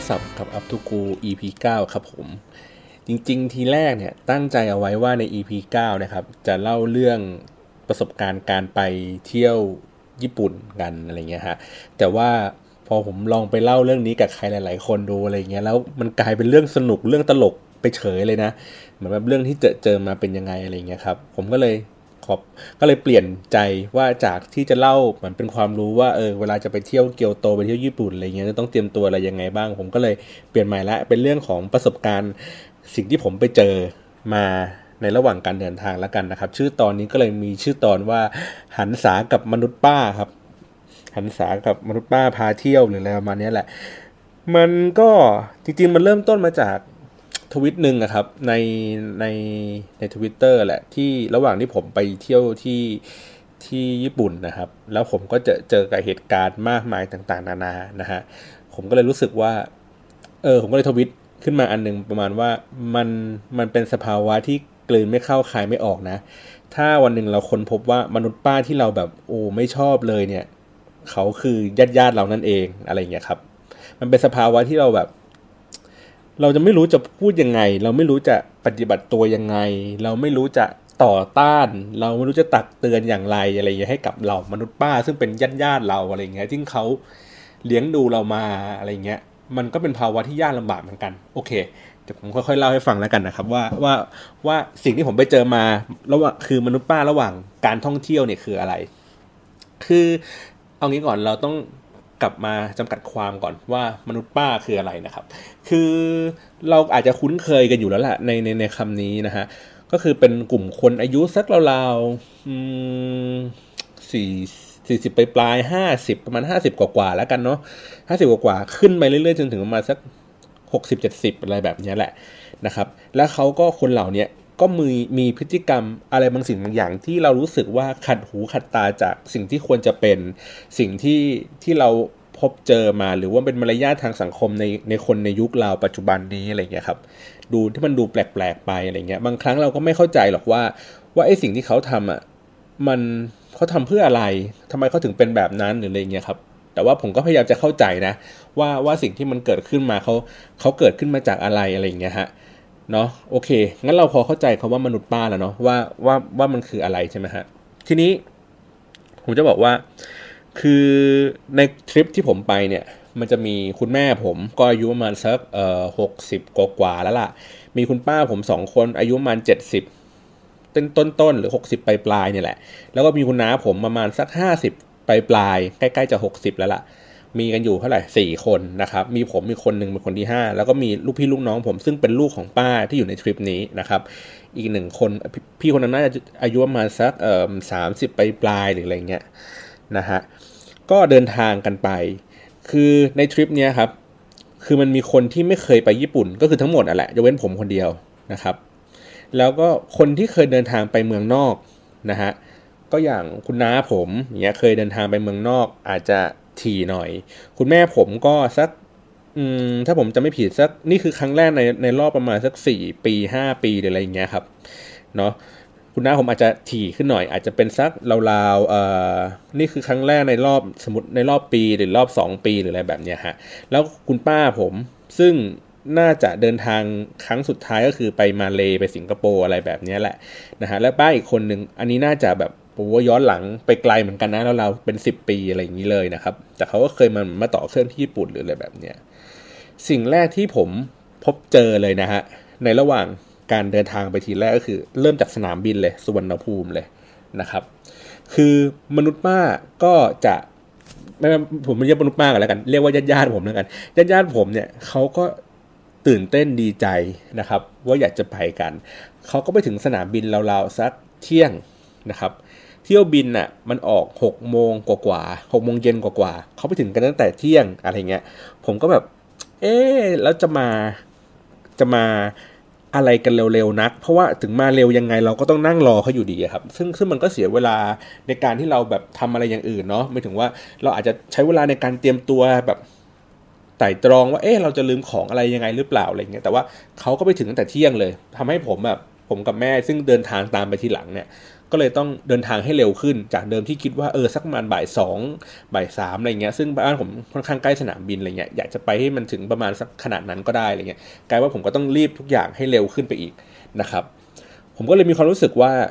สับกับอัพทูกู EP 9ครับผมจริงๆทีแรกเนี่ยตั้งใจเอาไว้ว่าใน EP 9นะครับจะเล่าเรื่องประสบการณ์การไปเที่ยวญี่ปุ่นกันอะไรเงี้ยฮะแต่ว่าพอผมลองไปเล่าเรื่องนี้กับใครหลายๆคนดูอะไรเงี้ยแล้วมันกลายเป็นเรื่องสนุกเรื่องตลกไปเฉยเลยนะเหมือนแบบเรื่องที่เจอมาเป็นยังไงอะไรเงี้ยครับผมก็เลยเปลี่ยนใจว่าจากที่จะเล่าเหมือนเป็นความรู้ว่าเวลาจะไปเที่ยวเกียวโตไปเที่ยวญี่ปุ่นอะไรเงี้ยต้องเตรียมตัวอะไรยังไงบ้างผมก็เลยเปลี่ยนใหม่ละเป็นเรื่องของประสบการณ์สิ่งที่ผมไปเจอมาในระหว่างการเดินทางแล้วกันนะครับชื่อตอนนี้ก็เลยมีชื่อตอนว่าหันษากับมนุษย์ป้าครับหันษากับมนุษย์ป้าพาเที่ยวหรืออะไรประมาณนี้แหละมันก็จริงๆมันเริ่มต้นมาจากทวิตหนึ่งนะครับใน Twitter แหละที่ระหว่างที่ผมไปเที่ยวที่ญี่ปุ่นนะครับแล้วผมก็เจอกับเหตุการณ์มากมายต่างๆนานานะฮะผมก็เลยรู้สึกว่าผมก็เลยทวิตขึ้นมาอันนึงประมาณว่ามันเป็นสภาวะที่กลืนไม่เข้าคายไม่ออกนะถ้าวันหนึ่งเราค้นพบว่ามนุษย์ป้าที่เราแบบไม่ชอบเลยเนี่ยเขาคือญาติเรานั่นเองอะไรอย่างเงี้ยครับมันเป็นสภาวะที่เราแบบเราจะไม่รู้จะพูดยังไงเราไม่รู้จะปฏิบัติตัวยังไงเราไม่รู้จะต่อต้านเราไม่รู้จะตักเตือนอย่างไรอะไรอย่างเงี้ยให้กับเรามนุษย์ป้าซึ่งเป็นญาติเราอะไรอย่างเงี้ยที่เขาเลี้ยงดูเรามาอะไรอย่างเงี้ยมันก็เป็นภาวะที่ยากลำบากเหมือนกันโอเคเดี๋ยวผมค่อยๆเล่าให้ฟังแล้วกันนะครับว่าสิ่งที่ผมไปเจอมาระหว่างคือมนุษย์ป้าระหว่างการท่องเที่ยวเนี่ยคืออะไรคือเอางี้ก่อนเราต้องกลับมาจำกัดความก่อนว่ามนุษย์ป้าคืออะไรนะครับคือเราอาจจะคุ้นเคยกันอยู่แล้วแหละในคำนี้นะฮะก็คือเป็นกลุ่มคนอายุสักราวๆ40ปลาย50ประมาณ50กว่าๆแล้วกันเนาะ50กว่าๆขึ้นไปเรื่อยๆจนถึงประมาณสัก60-70อะไรแบบนี้แหละนะครับแล้วเขาก็คนเหล่านี้ก็มีพฤติกรรมอะไรบางสิ่งบางอย่างที่เรารู้สึกว่าขัดหูขัดตาจากสิ่งที่ควรจะเป็นสิ่งที่เราพบเจอมาหรือว่าเป็นมารยาททางสังคมในคนในยุคเราปัจจุบันนี้อะไรเงี้ยครับดูที่มันดูแปลกๆไปอะไรเงี้ยบางครั้งเราก็ไม่เข้าใจหรอกว่าไอ้สิ่งที่เขาทำอ่ะมันเขาทำเพื่ออะไรทำไมเขาถึงเป็นแบบนั้นหรืออะไรเงี้ยครับแต่ว่าผมก็พยายามจะเข้าใจนะว่าสิ่งที่มันเกิดขึ้นมาเขาเกิดขึ้นมาจากอะไรอะไรอย่างเงี้ยฮะเนาะโอเคงั้นเราพอเข้าใจคำว่ามนุษย์ป้าแล้วเนาะว่ามันคืออะไรใช่ไหมฮะทีนี้ผมจะบอกว่าคือในทริปที่ผมไปเนี่ยมันจะมีคุณแม่ผมก็อายุประมาณสัก60กว่าแล้วล่ะมีคุณป้าผม2คนอายุประมาณ70ต้นหรือ60ปลายเนี่ยแหละแล้วก็มีคุณน้าผมประมาณสัก50ปลายใกล้ๆจะ60แล้วล่ะมีกันอยู่เท่าไหร่4คนนะครับมีผมมีคนนึงเป็นคนที่5แล้วก็มีลูกพี่ลูกน้องผมซึ่งเป็นลูกของป้าที่อยู่ในทริปนี้นะครับอีก1คนพี่คนนั้นน่าจะอายุประมาณสัก30ปลายหรืออะไรเงี้ยนะฮะก็เดินทางกันไปคือในทริปเนี้ยครับคือมันมีคนที่ไม่เคยไปญี่ปุ่นก็คือทั้งหมดอ่ะแหละยกเว้นผมคนเดียวนะครับแล้วก็คนที่เคยเดินทางไปเมืองนอกนะฮะก็อย่างคุณน้าผมอย่างเงี้ยเคยเดินทางไปเมืองนอกอาจจะถี่หน่อยคุณแม่ผมก็สักถ้าผมจะไม่ผิดสักนี่คือครั้งแรกในรอบประมาณสัก4ปี5ปีหรืออะไรอย่างเงี้ยครับเนาะคุณน้าผมอาจจะถี่ขึ้นหน่อยอาจจะเป็นสักราวๆนี่คือครั้งแรกในรอบสมมติในรอบปีหรือรอบ2ปีหรืออะไรแบบเนี้ยฮะแล้วคุณป้าผมซึ่งน่าจะเดินทางครั้งสุดท้ายก็คือไปมาเลไปสิงคโปร์อะไรแบบนี้แหละนะฮะแล้วป้าอีกคนนึงอันนี้น่าจะแบบผมว่าย้อนหลังไปไกลเหมือนกันนะแล้วเราเป็น10ปีอะไรอย่างนี้เลยนะครับแต่เขาก็เคยมาต่อเครื่องที่ญี่ปุ่นหรืออะไรแบบเนี้ยสิ่งแรกที่ผมพบเจอเลยนะฮะในระหว่างการเดินทางไปทีแรกก็คือเริ่มจากสนามบินเลยสุวรรณภูมิเลยนะครับคือมนุษย์ป้าก็จะไม่ผมไม่เรียกมนุษย์ป้ากันแล้วกันเรียกว่าญาติผมแล้วกันญาติผมเนี่ยเขาก็ตื่นเต้นดีใจนะครับว่าอยากจะไปกันเขาก็ไปถึงสนามบินราวๆสักเที่ยงนะครับเที่ยวบินน่ะมันออก6โมงกว่า6โมงเย็นกว่าเขาไปถึงกันตั้งแต่เที่ยงอะไรเงี้ยผมก็แบบแล้วจะมาอะไรกันเร็วๆนักเพราะว่าถึงมาเร็วยังไงเราก็ต้องนั่งรอเขาอยู่ดีครับซึ่งมันก็เสียเวลาในการที่เราแบบทำอะไรอย่างอื่นเนาะไม่ถึงว่าเราอาจจะใช้เวลาในการเตรียมตัวแบบไต่ตรองว่าเราจะลืมของอะไรยังไงหรือเปล่าอะไรเงี้ยแต่ว่าเขาก็ไปถึงตั้งแต่เที่ยงเลยทำให้ผมกับแม่ซึ่งเดินทางตามไปทีหลังเนี่ยก็เลยต้องเดินทางให้เร็วขึ้นจากเดิมที่คิดว่าสักประมาณบ่าย 2บ่าย 3อะไรเงี้ยซึ่งบ้านผมค่อนข้างใกล้สนามบินอะไรเงี้ยอยากจะไปให้มันถึงประมาณสักขนาดนั้นก็ได้อะไรเงี้ยกลายว่าผมก็ต้องรีบทุกอย่างให้เร็วขึ้นไปอีกนะครับผมก็เลยมีความรู้สึกว่า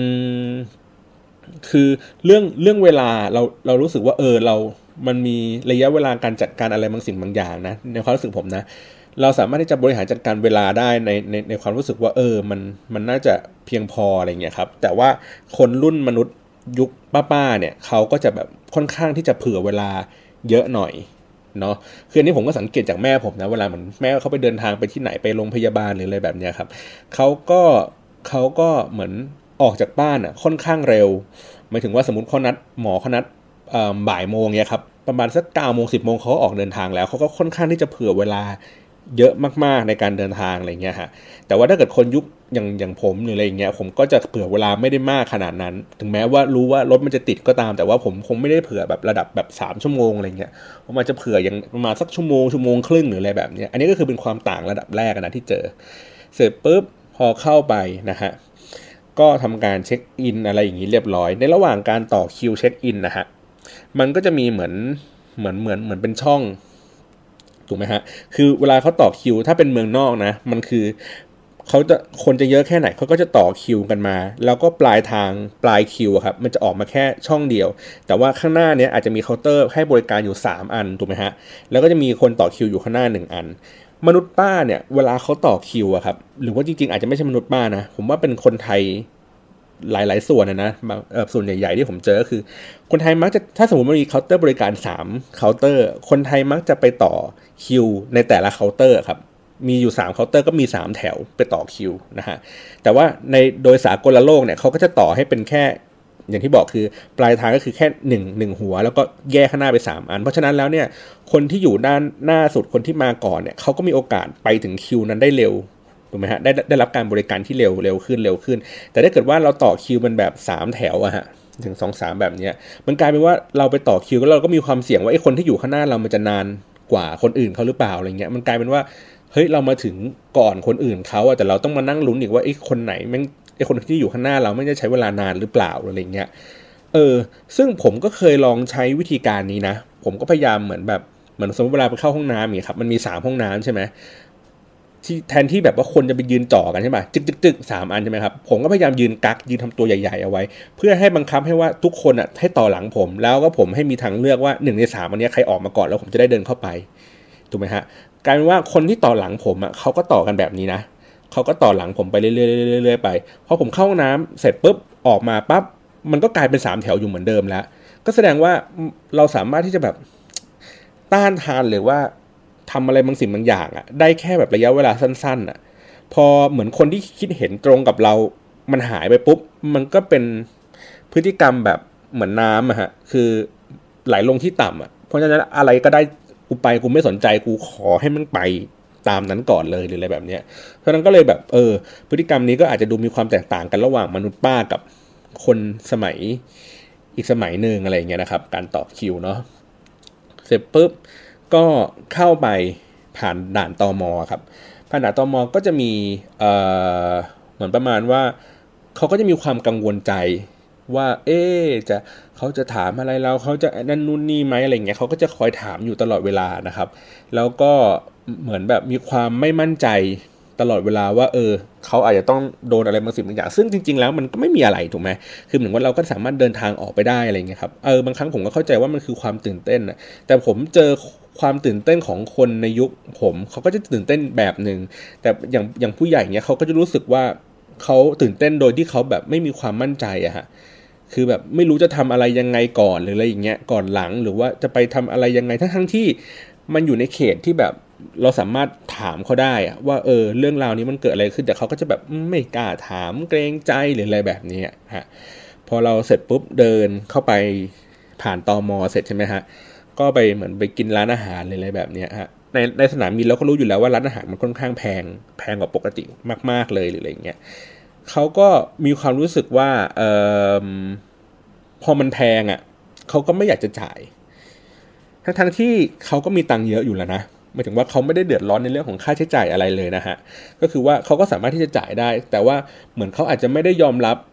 คือเรื่องเวลาเรารู้สึกว่ามันมีระยะเวลาการจัดการอะไรบางสิ่งบางอย่างนะในความรู้สึกผมนะเราสามารถที่จะบริหารจัดการเวลาได้ในความรู้สึกว่ามันน่าจะเพียงพออะไรเงี้ยครับแต่ว่าคนรุ่นมนุษย์ยุคป้าๆเนี่ยเขาก็จะแบบค่อนข้างที่จะเผื่อเวลาเยอะหน่อยเนาะคืออันนี้ผมก็สังเกตจากแม่ผมนะเวลาเหมือนแม่เขาไปเดินทางไปที่ไหนไปโรงพยาบาลหรืออะไรแบบเนี้ยครับเขาก็เหมือนออกจากบ้านอ่ะค่อนข้างเร็วหมายถึงว่าสมมติหมอเขานัดบ่ายโมงเนี่ยครับประมาณสัก9 โมง 10 โมงเขาออกเดินทางแล้วเขาก็ค่อนข้างที่จะเผื่อเวลาเยอะมากๆในการเดินทางอะไรเงี้ยฮะแต่ว่าถ้าเกิดคนยุคอย่างผมหรืออะไรเงี้ยผมก็จะเผื่อเวลาไม่ได้มากขนาดนั้นถึงแม้ว่ารู้ว่ารถมันจะติดก็ตามแต่ว่าผมคงไม่ได้เผื่อแบบระดับแบบ3 ชั่วโมงอะไรเงี้ยผมอาจจะเผื่ออย่างประมาณสักชั่วโมงครึ่งหรืออะไรแบบเนี้ยอันนี้ก็คือเป็นความต่างระดับแรกนะที่เจอเสร็จปุ๊บพอเข้าไปนะฮะก็ทำการเช็คอินอะไรอย่างนี้เรียบร้อยในระหว่างการต่อคิวเช็คอินนะฮะมันก็จะมีเหมือนเป็นช่องถูกไหมฮะคือเวลาเขาต่อคิวถ้าเป็นเมืองนอกนะมันคือคนจะเยอะแค่ไหนเขาก็จะต่อคิวกันมาแล้วก็ปลายคิวครับมันจะออกมาแค่ช่องเดียวแต่ว่าข้างหน้าเนี้ยอาจจะมีเคาน์เตอร์ให้บริการอยู่3 อันถูกไหมฮะแล้วก็จะมีคนต่อคิวอยู่ข้างหน้า1 อันมนุษย์ป้าเนี่ยเวลาเขาต่อคิวอะครับหรือว่าจริงๆอาจจะไม่ใช่มนุษย์ป้านะผมว่าเป็นคนไทยหลายๆส่วนนะส่วนใหญ่ๆที่ผมเจอก็คือคนไทยมักจะถ้าสมมติมันมีเคาน์เตอร์บริการ3 เคาน์เตอร์คนไทยมักจะไปต่อคิวในแต่ละเคาน์เตอร์ครับมีอยู่3 เคาน์เตอร์ก็มี3 แถวไปต่อคิวนะฮะแต่ว่าโดยสากลโลกเนี่ยเขาก็จะต่อให้เป็นแค่อย่างที่บอกคือปลายทางก็คือแค่1หัวแล้วก็แยกข้างหน้าไป3 อันเพราะฉะนั้นแล้วเนี่ยคนที่อยู่ด้านหน้าสุดคนที่มาก่อนเนี่ยเขาก็มีโอกาสไปถึงคิวนั้นได้เร็วถูกไหมฮะได้รับการบริการที่เร็วขึ้นแต่ถ้าเกิดว่าเราต่อคิวมันแบบ3 แถวอะฮะถึง2-3แบบนี้มันกลายเป็นว่าเราไปต่อคิวแล้วเราก็มีความเสี่ยงว่าไอ้คนที่อยู่ข้างหน้าเรามันจะนานกว่าคนอื่นเขาหรือเปล่าอะไรเงี้ยมันกลายเป็นว่าเฮ้ยเรามาถึงก่อนคนอื่นเขาแต่เราต้องมานั่งลุ้นอีกว่าไอ้คนไหนแม่งไอ้คนที่อยู่ข้างหน้าเราไม่ได้ใช้เวลานานหรือเปล่าอะไรเงี้ยซึ่งผมก็เคยลองใช้วิธีการนี้นะผมก็พยายามเหมือนสมมติเวลาไปเข้าห้องน้ำอย่างครับมันมี3 ห้องน้ำใช่ไหมที่แทนที่แบบว่าคนจะไปยืนจ่อกันใช่ไหมจึก3 อันใช่ไหมครับผมก็พยายามยืนทำตัวใหญ่ๆเอาไว้เพื่อให้บังคับให้ว่าทุกคนให้ต่อหลังผมแล้วก็ผมให้มีทางเลือกว่า1 ใน 3อันนี้ใครออกมาก่อนแล้วผมจะได้เดินเข้าไปถูกไหมฮะกลายเป็นว่าคนที่ต่อหลังผมเขาก็ต่อกันแบบนี้นะเขาก็ต่อหลังผมไปเรื่อยๆไปพอผมเข้าห้องน้ำเสร็จปุ๊บออกมาปั๊บมันก็กลายเป็น3 แถวอยู่เหมือนเดิมแล้วก็แสดงว่าเราสามารถที่จะแบบต้านทานหรือว่าทำอะไรบางสิ่งบางอย่างได้แค่แบบระยะเวลาสั้นๆพอเหมือนคนที่คิดเห็นตรงกับเรามันหายไปปุ๊บมันก็เป็นพฤติกรรมแบบเหมือนน้ำฮะคือไหลลงที่ต่ำเพราะฉะนั้นอะไรก็ได้กูไม่สนใจกูขอให้มันไปตามนั้นก่อนเลยหรืออะไรแบบเนี้ยเพราะนั้นก็เลยแบบพฤติกรรมนี้ก็อาจจะดูมีความแตกต่างกันระหว่างมนุษย์ป้ากับคนสมัยอีกสมัยหนึ่งอะไรเงี้ยนะครับการต่อคิวเนาะเสร็จปุ๊บก็เข้าไปผ่านด่านตม.ครับผ่านด่านตม.ก็จะมีเหมือนประมาณว่าเขาก็จะมีความกังวลใจว่าเขาจะถามอะไรเราเขาจะนั่นนู่นนี่ไหมอะไรเงี้ยเขาก็จะคอยถามอยู่ตลอดเวลานะครับแล้วก็เหมือนแบบมีความไม่มั่นใจตลอดเวลาว่าเขาอาจจะต้องโดนอะไรบางสิ่งบางอย่างซึ่งจริงๆแล้วมันก็ไม่มีอะไรถูกไหมคือเหมือนว่าเราก็สามารถเดินทางออกไปได้อะไรเงี้ยครับบางครั้งผมก็เข้าใจว่ามันคือความตื่นเต้นนะแต่ผมเจอความตื่นเต้นของคนในยุคผมเขาก็จะตื่นเต้นแบบนึงแต่อย่างผู้ใหญ่เนี้ยเขาก็จะรู้สึกว่าเขาตื่นเต้นโดยที่เขาแบบไม่มีความมั่นใจอะฮะคือแบบไม่รู้จะทำอะไรยังไงก่อนหรืออะไรอย่างเงี้ยก่อนหลังหรือว่าจะไปทำอะไรยังไงทั้งที่มันอยู่ในเขตที่แบบเราสามารถถามเขาได้ว่าเรื่องราวนี้มันเกิดอะไรขึ้นแต่เขาก็จะแบบไม่กล้าถามเกรงใจหรืออะไรแบบนี้ฮะพอเราเสร็จปุ๊บเดินเข้าไปผ่านตม.เสร็จใช่ไหมฮะก็ไปเหมือนไปกินร้านอาหารอะไรแบบนี้ฮะในสนามบินเราก็รู้อยู่แล้วว่าร้านอาหารมันค่อนข้างแพงกว่าปกติมากๆเลยหรืออะไรเงี้ยเขาก็มีความรู้สึกว่าพอมันแพงเขาก็ไม่อยากจะจ่ายทั้งที่เขาก็มีตังค์เยอะอยู่แล้วนะหมายถึงว่าเขาไม่ได้เดือดร้อนในเรื่องของค่าใช้จ่ายอะไรเลยนะฮะก็คือว่าเขาก็สามารถที่จะจ่ายได้แต่ว่าเหมือนเขาอาจจะไม่ได้ยอมรับ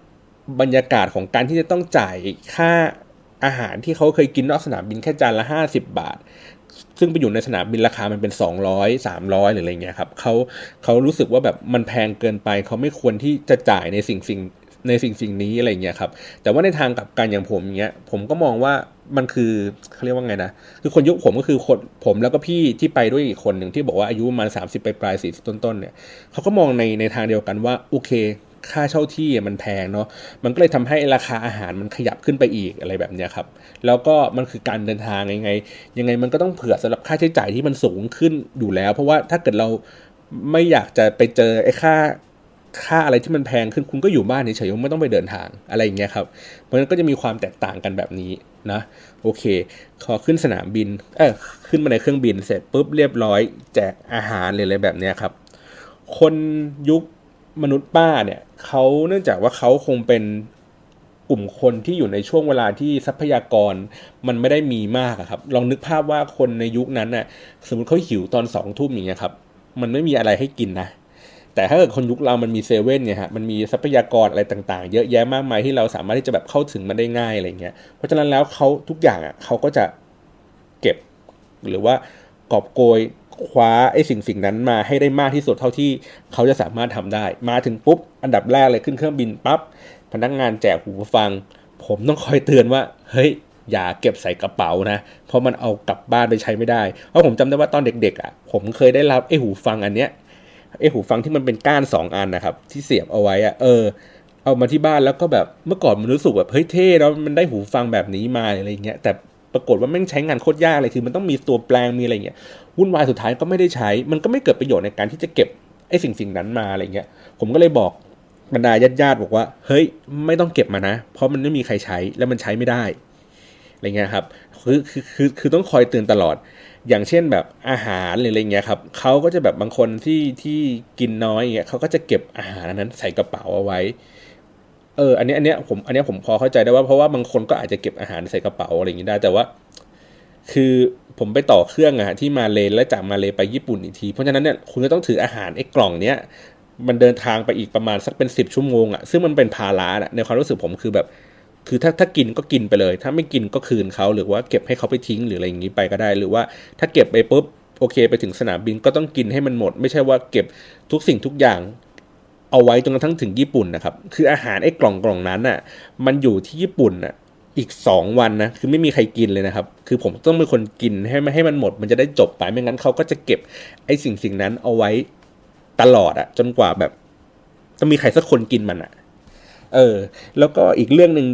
บรรยากาศของการที่จะต้องจ่ายค่าอาหารที่เขาเคยกินนอกสนามบินแค่จานละ50 บาทซึ่งไปอยู่ในสนามบินราคามันเป็น200 300หรืออะไรเงี้ยครับเขารู้สึกว่าแบบมันแพงเกินไปเขาไม่ควรที่จะจ่ายในสิ่งนี้อะไรเงี้ยครับแต่ว่าในทางกลับกันอย่างผมอย่างเงี้ยผมก็มองว่ามันคือเขาเรียกว่าไงนะคือคนยุคผมก็คือคนผมแล้วก็พี่ที่ไปด้วยอีกคนหนึ่งที่บอกว่าอายุประมาณ30ปลาย40ต้นๆเนี่ยเขาก็มองในทางเดียวกันว่าโอเคค่าเช่าที่มันแพงเนาะมันก็เลยทำให้ราคาอาหารมันขยับขึ้นไปอีกอะไรแบบเนี้ยครับแล้วก็มันคือการเดินทางยังไงมันก็ต้องเผื่อสำหรับค่าใช้จ่ายที่มันสูงขึ้นอยู่แล้วเพราะว่าถ้าเกิดเราไม่อยากจะไปเจอไอ้ค่าอะไรที่มันแพงขึ้นคุณก็อยู่บ้านเฉยๆไม่ต้องไปเดินทางอะไรอย่างเงี้ยครับเพราะฉะนั้นก็จะมีความแตกต่างกันแบบนี้นะโอเคพอขึ้นสนามบินขึ้นมาในเครื่องบินเสร็จปุ๊บเรียบร้อยแจกอาหารเลยอะไรแบบเนี้ยครับคนยุคมนุษย์ป้าเนี่ยเขาเนื่องจากว่าเขาคงเป็นกลุ่มคนที่อยู่ในช่วงเวลาที่ทรัพยากรมันไม่ได้มีมากครับลองนึกภาพว่าคนในยุคนั้นน่ะสมมติเขาหิวตอน20:00อย่างเงี้ยครับมันไม่มีอะไรให้กินนะแต่ถ้าเกิดคนยุคเรามันมีเซเว่นเนี่ยฮะมันมีทรัพยากรอะไรต่างๆเยอะแยะมากมายที่เราสามารถที่จะแบบเข้าถึงมันได้ง่ายอะไรเงี้ยเพราะฉะนั้นแล้วเขาทุกอย่างอ่ะเขาก็จะเก็บหรือว่ากอบโกยคว้าไอ้สิ่งนั้นมาให้ได้มากที่สุดเท่าที่เขาจะสามารถทำได้มาถึงปุ๊บอันดับแรกเลยขึ้นเครื่องบินปั๊บพนักงานแจกหูฟังผมต้องคอยเตือนว่าเฮ้ยอย่าเก็บใส่กระเป๋านะเพราะมันเอากลับบ้านไปใช้ไม่ได้เพราะผมจำได้ว่าตอนเด็กๆอ่ะผมเคยได้รับไอ้หูฟังอันเนี้ยไอ้หูฟังที่มันเป็นก้าน2 อันนะครับที่เสียบเอาไว้อะเอามาที่บ้านแล้วก็แบบเมื่อก่อนมันรู้สึกแบบเฮ้ยเท่แล้วมันได้หูฟังแบบนี้มาอะไรเงี้ยแต่ปรากฏว่าแม่งใช้งานโคตรยากเลยคือมันต้องมีตัวแปลงมีอะไรเงี้ยวุ่นวายสุดท้ายก็ไม่ได้ใช้มันก็ไม่เกิดประโยชน์ในการที่จะเก็บไอ้สิ่งนั้นมาอะไรเงี้ยผมก็เลยบอกบรรดาญาติบอกว่าเฮ้ยไม่ต้องเก็บมานะเพราะมันไม่มีใครใช้แล้วมันใช้ไม่ได้อะไรเงี้ยครับคือต้องคอยเตือนตลอดอย่างเช่นแบบอาหารหรืออะไรเงี้ยครับเขาก็จะแบบบางคนที่กินน้อยอย่างเงี้ยเขาก็จะเก็บอาหารนั้นใส่กระเป๋าเอาไว้อันนี้ผมพอเข้าใจได้ว่าเพราะว่าบางคนก็อาจจะเก็บอาหารใส่กระเป๋าอะไรอย่างนี้ได้แต่ว่าคือผมไปต่อเครื่องที่มาเลแล้วจากมาเลไปญี่ปุ่นอีกทีเพราะฉะนั้นเนี่ยคุณก็ต้องถืออาหารไอ้กล่องเนี้ยมันเดินทางไปอีกประมาณสักเป็น10 ชั่วโมงซึ่งมันเป็นภาระในความรู้สึกผมคือแบบคือถ้ากินก็กินไปเลยถ้าไม่กินก็คืนเขาหรือว่าเก็บให้เขาไปทิ้งหรืออะไรอย่างนี้ไปก็ได้หรือว่าถ้าเก็บไปปุ๊บโอเคไปถึงสนามบินก็ต้องกินให้มันหมดไม่ใช่ว่าเก็บทุกสิ่งทุกอย่างเอาไว้จนกระทั่งถึงญี่ปุ่นนะครับคืออาหารไอ้กล่องนั้นมันอยู่ที่ญี่ปุ่นอีก2 วันนะคือไม่มีใครกินเลยนะครับคือผมต้องเป็นคนกินให้มันหมดมันจะได้จบไปไม่งั้นเขาก็จะเก็บไอ้สิ่งนั้นเอาไว้ตลอดจนกว่าแบบต้องมีใครสักคนกินมันแล้วก็อีกเรื่องนึง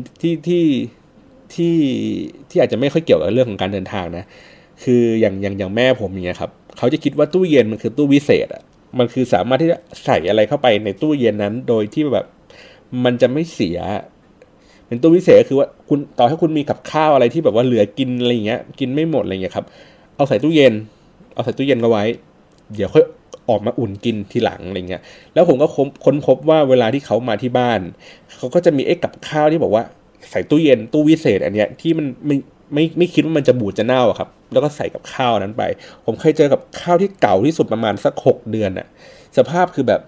ที่อาจจะไม่ค่อยเกี่ยวกับเรื่องของการเดินทางนะคืออย่างแม่ผมอย่างเงี้ยครับเขาจะคิดว่าตู้เย็นมันคือตู้วิเศษมันคือสามารถที่จะใส่อะไรเข้าไปในตู้เย็นนั้นโดยที่แบบมันจะไม่เสียเป็นตู้วิเศษก็คือว่าคุณต่อให้คุณมีกับข้าวอะไรที่แบบว่าเหลือกินอะไรเงี้ยกินไม่หมดอะไรเงี้ยครับเอาใส่ตู้เย็นเอาไว้เดี๋ยวค่อยออกมาอุ่นกินทีหลังอะไรเงี้ยแล้วผมก็ค้นพบว่าเวลาที่เขามาที่บ้านเขาก็จะมีไอ้กับข้าวที่บอกว่าใส่ตู้เย็นตู้วิเศษอันเนี้ยที่มันไม่คิดว่ามันจะบูดจะเน่าครับแล้วก็ใส่กับข้าวนั้นไปผมเคยเจอกับข้าวที่เก่าที่สุดประมาณสัก6 เดือนสภาพคือแบบ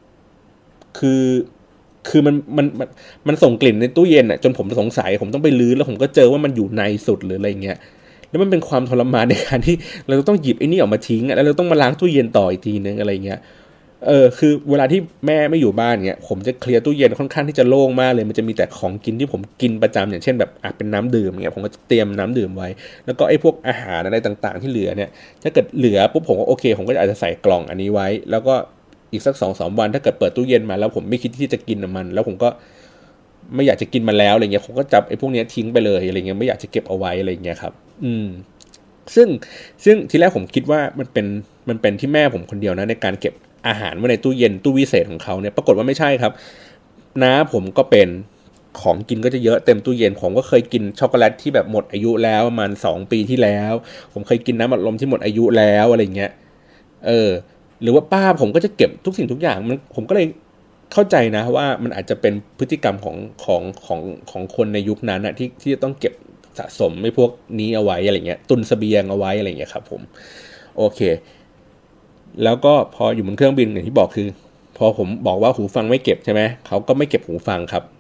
คือมันส่งกลิ่นในตู้เย็นจนผมสงสัยผมต้องไปลื้อแล้วผมก็เจอว่ามันอยู่ในสุดหรืออะไรเงี้ยแล้วมันเป็นความทรมานในการที่เราต้องหยิบไอ้นี่ออกมาทิ้งแล้วเราต้องมาล้างตู้เย็นต่ออีกทีนึงอะไรเงี้ยคือเวลาที่แม่ไม่อยู่บ้านเงี้ยผมจะเคลียร์ตู้เย็นค่อนข้างที่จะโล่งมากเลยมันจะมีแต่ของกินที่ผมกินประจำอย่างเช่นแบบเป็นน้ำดื่มเงี้ยผมก็เตรียมน้ำดื่มไว้แล้วก็ไอ้พวกอาหารอะไรต่างๆที่เหลือเนี่ยถ้าเกิดเหลือปุ๊บผมก็โอเคผมก็อาจจะใส่กล่องอันนี้ไว้แล้วก็อีกสัก2-3 วันถ้าเกิดเปิดตู้เย็นมาแล้วผมไม่คิดที่จะกินมันแล้วผมก็ไม่อยากจะกินมันแล้วอะไรเงี้ยผมก็จับไอ้พวกนี้ทิ้งไปเลยอะไรเงี้ยไม่อยากจะเก็บเอาไว้อะไรเงี้ยครับซึ่งทีแรกผมคิดว่ามันเป็นที่แม่ผมคนเดียวนะในการเก็บอาหารไว้ในตู้เย็นตู้วิเศษของเขาเนี่ยปรากฏว่าไม่ใช่ครับน้าผมก็เป็นของกินก็จะเยอะเต็มตู้เย็นผมก็เคยกินช็อกโกแลตที่แบบหมดอายุแล้วประมาณ2 ปีที่แล้วผมเคยกินน้ำอัดลมที่หมดอายุแล้วอะไรเงี้ยหรือว่าป้าผมก็จะเก็บทุกสิ่งทุกอย่างผมก็เลยเข้าใจนะว่ามันอาจจะเป็นพฤติกรรมของคนในยุคนั้นที่จะต้องเก็บสะสมไม่พวกนี้เอาไว้อะไรเงี้ยตุนเสบียงเอาไว้อะไรเงี้ยครับผมโอเคแล้วก็พออยู่บนเครื่องบินอย่างที่บอกคือพอผมบอกว่าหูฟังไม่เก็บใช่ไหมเขาก็ไม่เก็บหูฟังครับ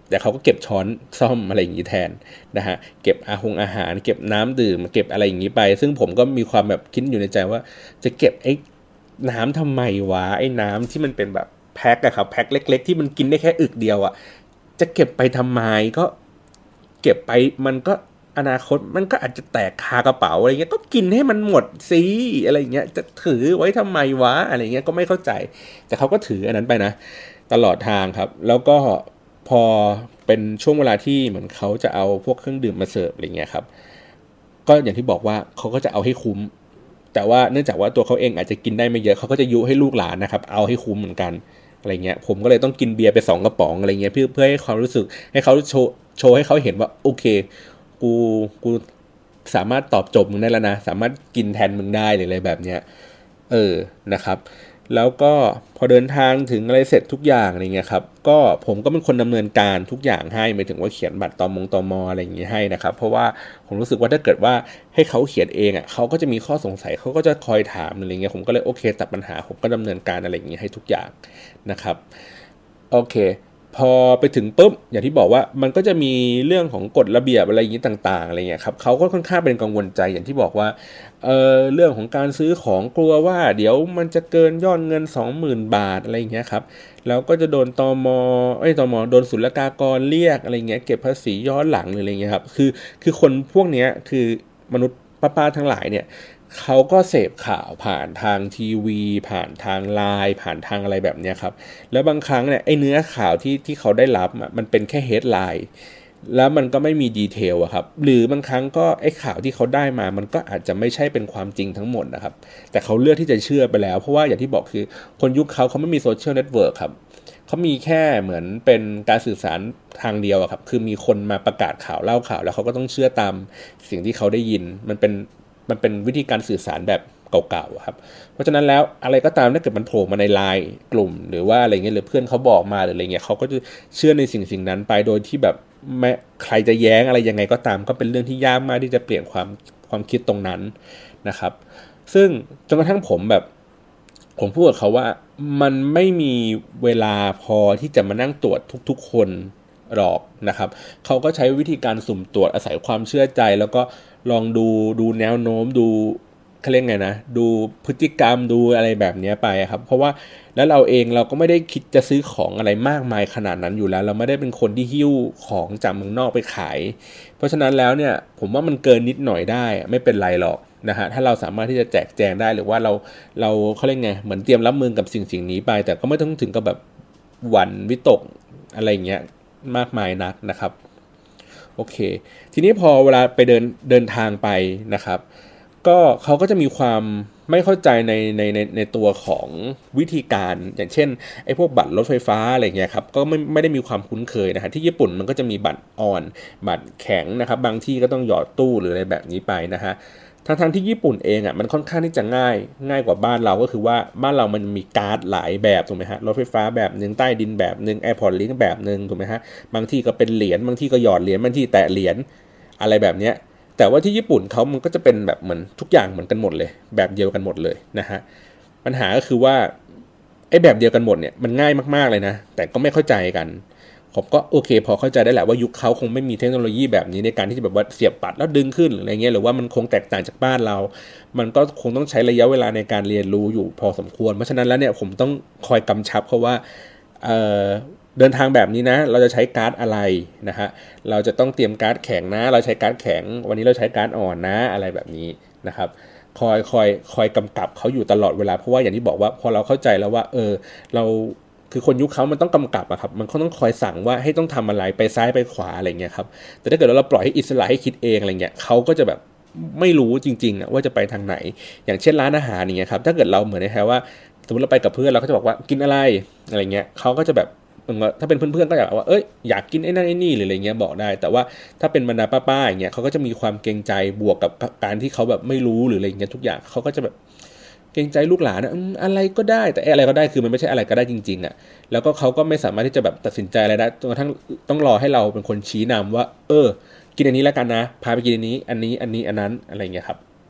แต่เขาก็เก็บช้อนซ่อมอะไรอย่างนี้แทนนะฮะเก็บอาหารเก็บน้ำดื่มเก็บอะไรอย่างนี้ไปซึ่งผมก็มีความแบบคิดอยู่ในใจว่าจะเก็บไอ้น้ำทำไมวะไอ้น้ำที่มันเป็นแบบแพ็คอะครับแพ็คเล็กๆที่มันกินได้แค่อึกเดียวอะจะเก็บไปทำไมก็เก็บไปมันก็อนาคตมันก็อาจจะแตกคากระเป๋าอะไรเงี้ยก็กินให้มันหมดสิอะไรเงี้ยจะถือไว้ทำไมวะอะไรเงี้ยก็ไม่เข้าใจแต่เขาก็ถืออันนั้นไปนะตลอดทางครับแล้วก็พอเป็นช่วงเวลาที่เหมือนเขาจะเอาพวกเครื่องดื่มมาเสิร์ฟอะไรเงี้ยครับก็อย่างที่บอกว่าเขาก็จะเอาให้คุ้มแต่ว่าเนื่องจากว่าตัวเขาเองอาจจะกินได้ไม่เยอะเขาก็จะยุให้ลูกหลานนะครับเอาให้คุ้มเหมือนกันอะไรเงี้ยผมก็เลยต้องกินเบียร์ไป2 กระป๋องอะไรเงี้ยเพื่อให้ความรู้สึกให้เขาโชว์ให้เขาเห็นว่าโอเคกูสามารถตอบโจทย์มึงได้แล้วนะสามารถกินแทนมึงได้หรืออะไรแบบเนี้ยนะครับแล้วก็พอเดินทางถึงอะไรเสร็จทุกอย่างอะไรเงี้ยครับก็ผมก็เป็นคนดำเนินการทุกอย่างให้หมายถึงว่าเขียนบัตรตมอะไรอย่างงี้ให้นะครับเพราะว่าผมรู้สึกว่าถ้าเกิดว่าให้เขาเขียนเองอ่ะเขาก็จะมีข้อสงสัยเขาก็จะคอยถามอะไรเงี้ยผมก็เลยโอเคตัดปัญหาผมก็ดำเนินการอะไรอย่างงี้ให้ทุกอย่างนะครับโอเคพอไปถึงปุ๊บอย่างที่บอกว่ามันก็จะมีเรื่องของกฎระเบียบอะไรอย่างนี้ต่างๆอะไรเงี้ยครับเขาก็ค่อนข้างเป็นกังวลใจอย่างที่บอกว่าเรื่องของการซื้อของกลัวว่าเดี๋ยวมันจะเกินยอดเงิน 20,000 บาทอะไรอย่างเงี้ยครับแล้วก็จะโดนตมโดนศุลกากรเรียกอะไรเงี้ยเก็บภาษีย้อนหลังหรืออะไรเงี้ยครับคือคนพวกเนี้ยคือมนุษย์ป้าทั้งหลายเนี่ยเขาก็เสพข่าวผ่านทางทีวีผ่านทางไลน์ผ่านทางอะไรแบบนี้ครับแล้วบางครั้งเนี่ยไอ้เนื้อข่าวที่เขาได้รับมันเป็นแค่เฮดไลน์แล้วมันก็ไม่มีดีเทลอะครับหรือบางครั้งก็ไอ้ข่าวที่เขาได้มามันก็อาจจะไม่ใช่เป็นความจริงทั้งหมดนะครับแต่เขาเลือกที่จะเชื่อไปแล้วเพราะว่าอย่างที่บอกคือคนยุคเขาไม่มีโซเชียลเน็ตเวิร์กครับเขามีแค่เหมือนเป็นการสื่อสารทางเดียวครับคือมีคนมาประกาศข่าวเล่าข่าวแล้วเขาก็ต้องเชื่อตามสิ่งที่เขาได้ยินมันเป็นวิธีการสื่อสารแบบเก่าๆครับเพราะฉะนั้นแล้วอะไรก็ตามถ้าเกิดมันโผล่มาในไลน์กลุ่มหรือว่าอะไรเงี้ยหรือเพื่อนเขาบอกมาหรืออะไรเงี้ยเขาก็จะเชื่อในสิ่งนั้นไปโดยที่แบบแม้ใครจะแย้งอะไรยังไงก็ตามก็เป็นเรื่องที่ยากมากที่จะเปลี่ยนความคิดตรงนั้นนะครับซึ่งจนกระทั่งผมพูดกับเขาว่ามันไม่มีเวลาพอที่จะมานั่งตรวจทุกๆคนหรอกนะครับเขาก็ใช้วิธีการสุ่มตรวจอาศัยความเชื่อใจแล้วก็ลองดูแนวโน้มดูเขาเรียกไงนะดูพฤติกรรมดูอะไรแบบนี้ไปครับเพราะว่าแล้วเราเองเราก็ไม่ได้คิดจะซื้อของอะไรมากมายขนาดนั้นอยู่แล้วเราไม่ได้เป็นคนที่หิ้วของจากเมืองนอกไปขายเพราะฉะนั้นแล้วเนี่ยผมว่ามันเกินนิดหน่อยได้ไม่เป็นไรหรอกนะฮะถ้าเราสามารถที่จะแจกแจงได้หรือว่าเราเขาเรียกไงเหมือนเตรียมรับมือกับสิ่งนี้ไปแต่ก็ไม่ต้องถึงกับแบบหวั่นวิตกอะไรเงี้ยมากมายนักนะครับโอเคทีนี้พอเวลาไปเดินทางไปนะครับก็เขาก็จะมีความไม่เข้าใจในตัวของวิธีการอย่างเช่นไอ้พวกบัตรรถไฟฟ้าอะไรเงี้ยครับก็ไม่ได้มีความคุ้นเคยนะฮะที่ญี่ปุ่นมันก็จะมีบัตรอ่อนบัตรแข็งนะครับบางที่ก็ต้องหยอดตู้หรืออะไรแบบนี้ไปนะฮะทั้งที่ญี่ปุ่นเองอ่ะมันค่อนข้างที่จะง่ายกว่าบ้านเราก็คือว่าบ้านเรามันมีการ์ดหลายแบบถูกไหมฮะรถไฟฟ้าแบบนึงใต้ดินแบบนึงแอร์พอร์ตลิงก์แบบนึงถูกไหมฮะบางที่ก็เป็นเหรียญบางที่ก็หยอดเหรียญบางที่แตะเหรียญอะไรแบบเนี้ยแต่ว่าที่ญี่ปุ่นเขามันก็จะเป็นแบบเหมือนทุกอย่างเหมือนกันหมดเลยแบบเดียวกันหมดเลยนะฮะปัญหาก็คือว่าไอ้แบบเดียวกันหมดเนี่ยมันง่ายมากๆเลยนะแต่ก็ไม่เข้าใจกันผมก็โอเคพอเข้าใจได้แหละว่ายุคเขาคงไม่มีเทคโนโลยีแบบนี้ในการที่จะแบบว่าเสียบบัตรแล้วดึงขึ้นหรืออะไรเงี้ยหรือว่ามันคงแตกต่างจากบ้านเรามันก็คงต้องใช้ระยะเวลาในการเรียนรู้อยู่พอสมควรเพราะฉะนั้นแล้วเนี่ยผมต้องคอยกำชับเขาว่าเดินทางแบบนี้นะเราจะใช้การ์ดอะไรนะฮะเราจะต้องเตรียมการ์ดแข็งนะเราใช้การ์ดแข็งวันนี้เราใช้การ์ดอ่อนนะอะไรแบบนี้นะครับคอยกำกับเขาอยู่ตลอดเวลาเพราะว่าอย่างที่บอกว่าพอเราเข้าใจแล้วว่าเราคือคนยุคเขามันต้องกำกับอะครับมันต้องคอยสั่งว่าให้ต้องทำอะไรไปซ้ายไปขวาอะไรเงี้ยครับแต่ถ้าเกิดเราปล่อยให้อิสระให้คิดเองอะไรเงี้ยเขาก็จะแบบไม่รู้จริงๆว่าจะไปทางไหนอย่างเช่นร้านอาหารอย่างเงี้ยครับถ้าเกิดเราเหมือนนะฮะว่าสมมติเราไปกับเพื่อนเราก็จะบอกว่ากินอะไรเงี้ยเขาก็จะแบบถ้าเป็นเพื่อนๆก็อยากว่าอยากกินไอ้นั่นไอ้นี่หรืออะไรเงี้ยบอกได้แต่ว่าถ้าเป็นบรรดาป้าๆอย่างเงี้ยเขาก็จะมีความเกรงใจบวกกับการที่เขาแบบไม่รู้หรืออะไรเงี้ยทุกอย่างเขาก็จะแบบเกรงใจลูกหลานนะอะไรก็ได้แต่อะไรก็ได้คือมันไม่ใช่อะไรก็ได้จริงๆอ่ะแล้วก็เขาก็ไม่สามารถที่จะแบบตัดสินใจอะไรได้จนกระทั่งต้องรอให้เราเป็นคนชี้นำว่ากินอันนี้แล้วกันนะพาไปกินอันนี้อันนั้นอะไรเงี้ยครับ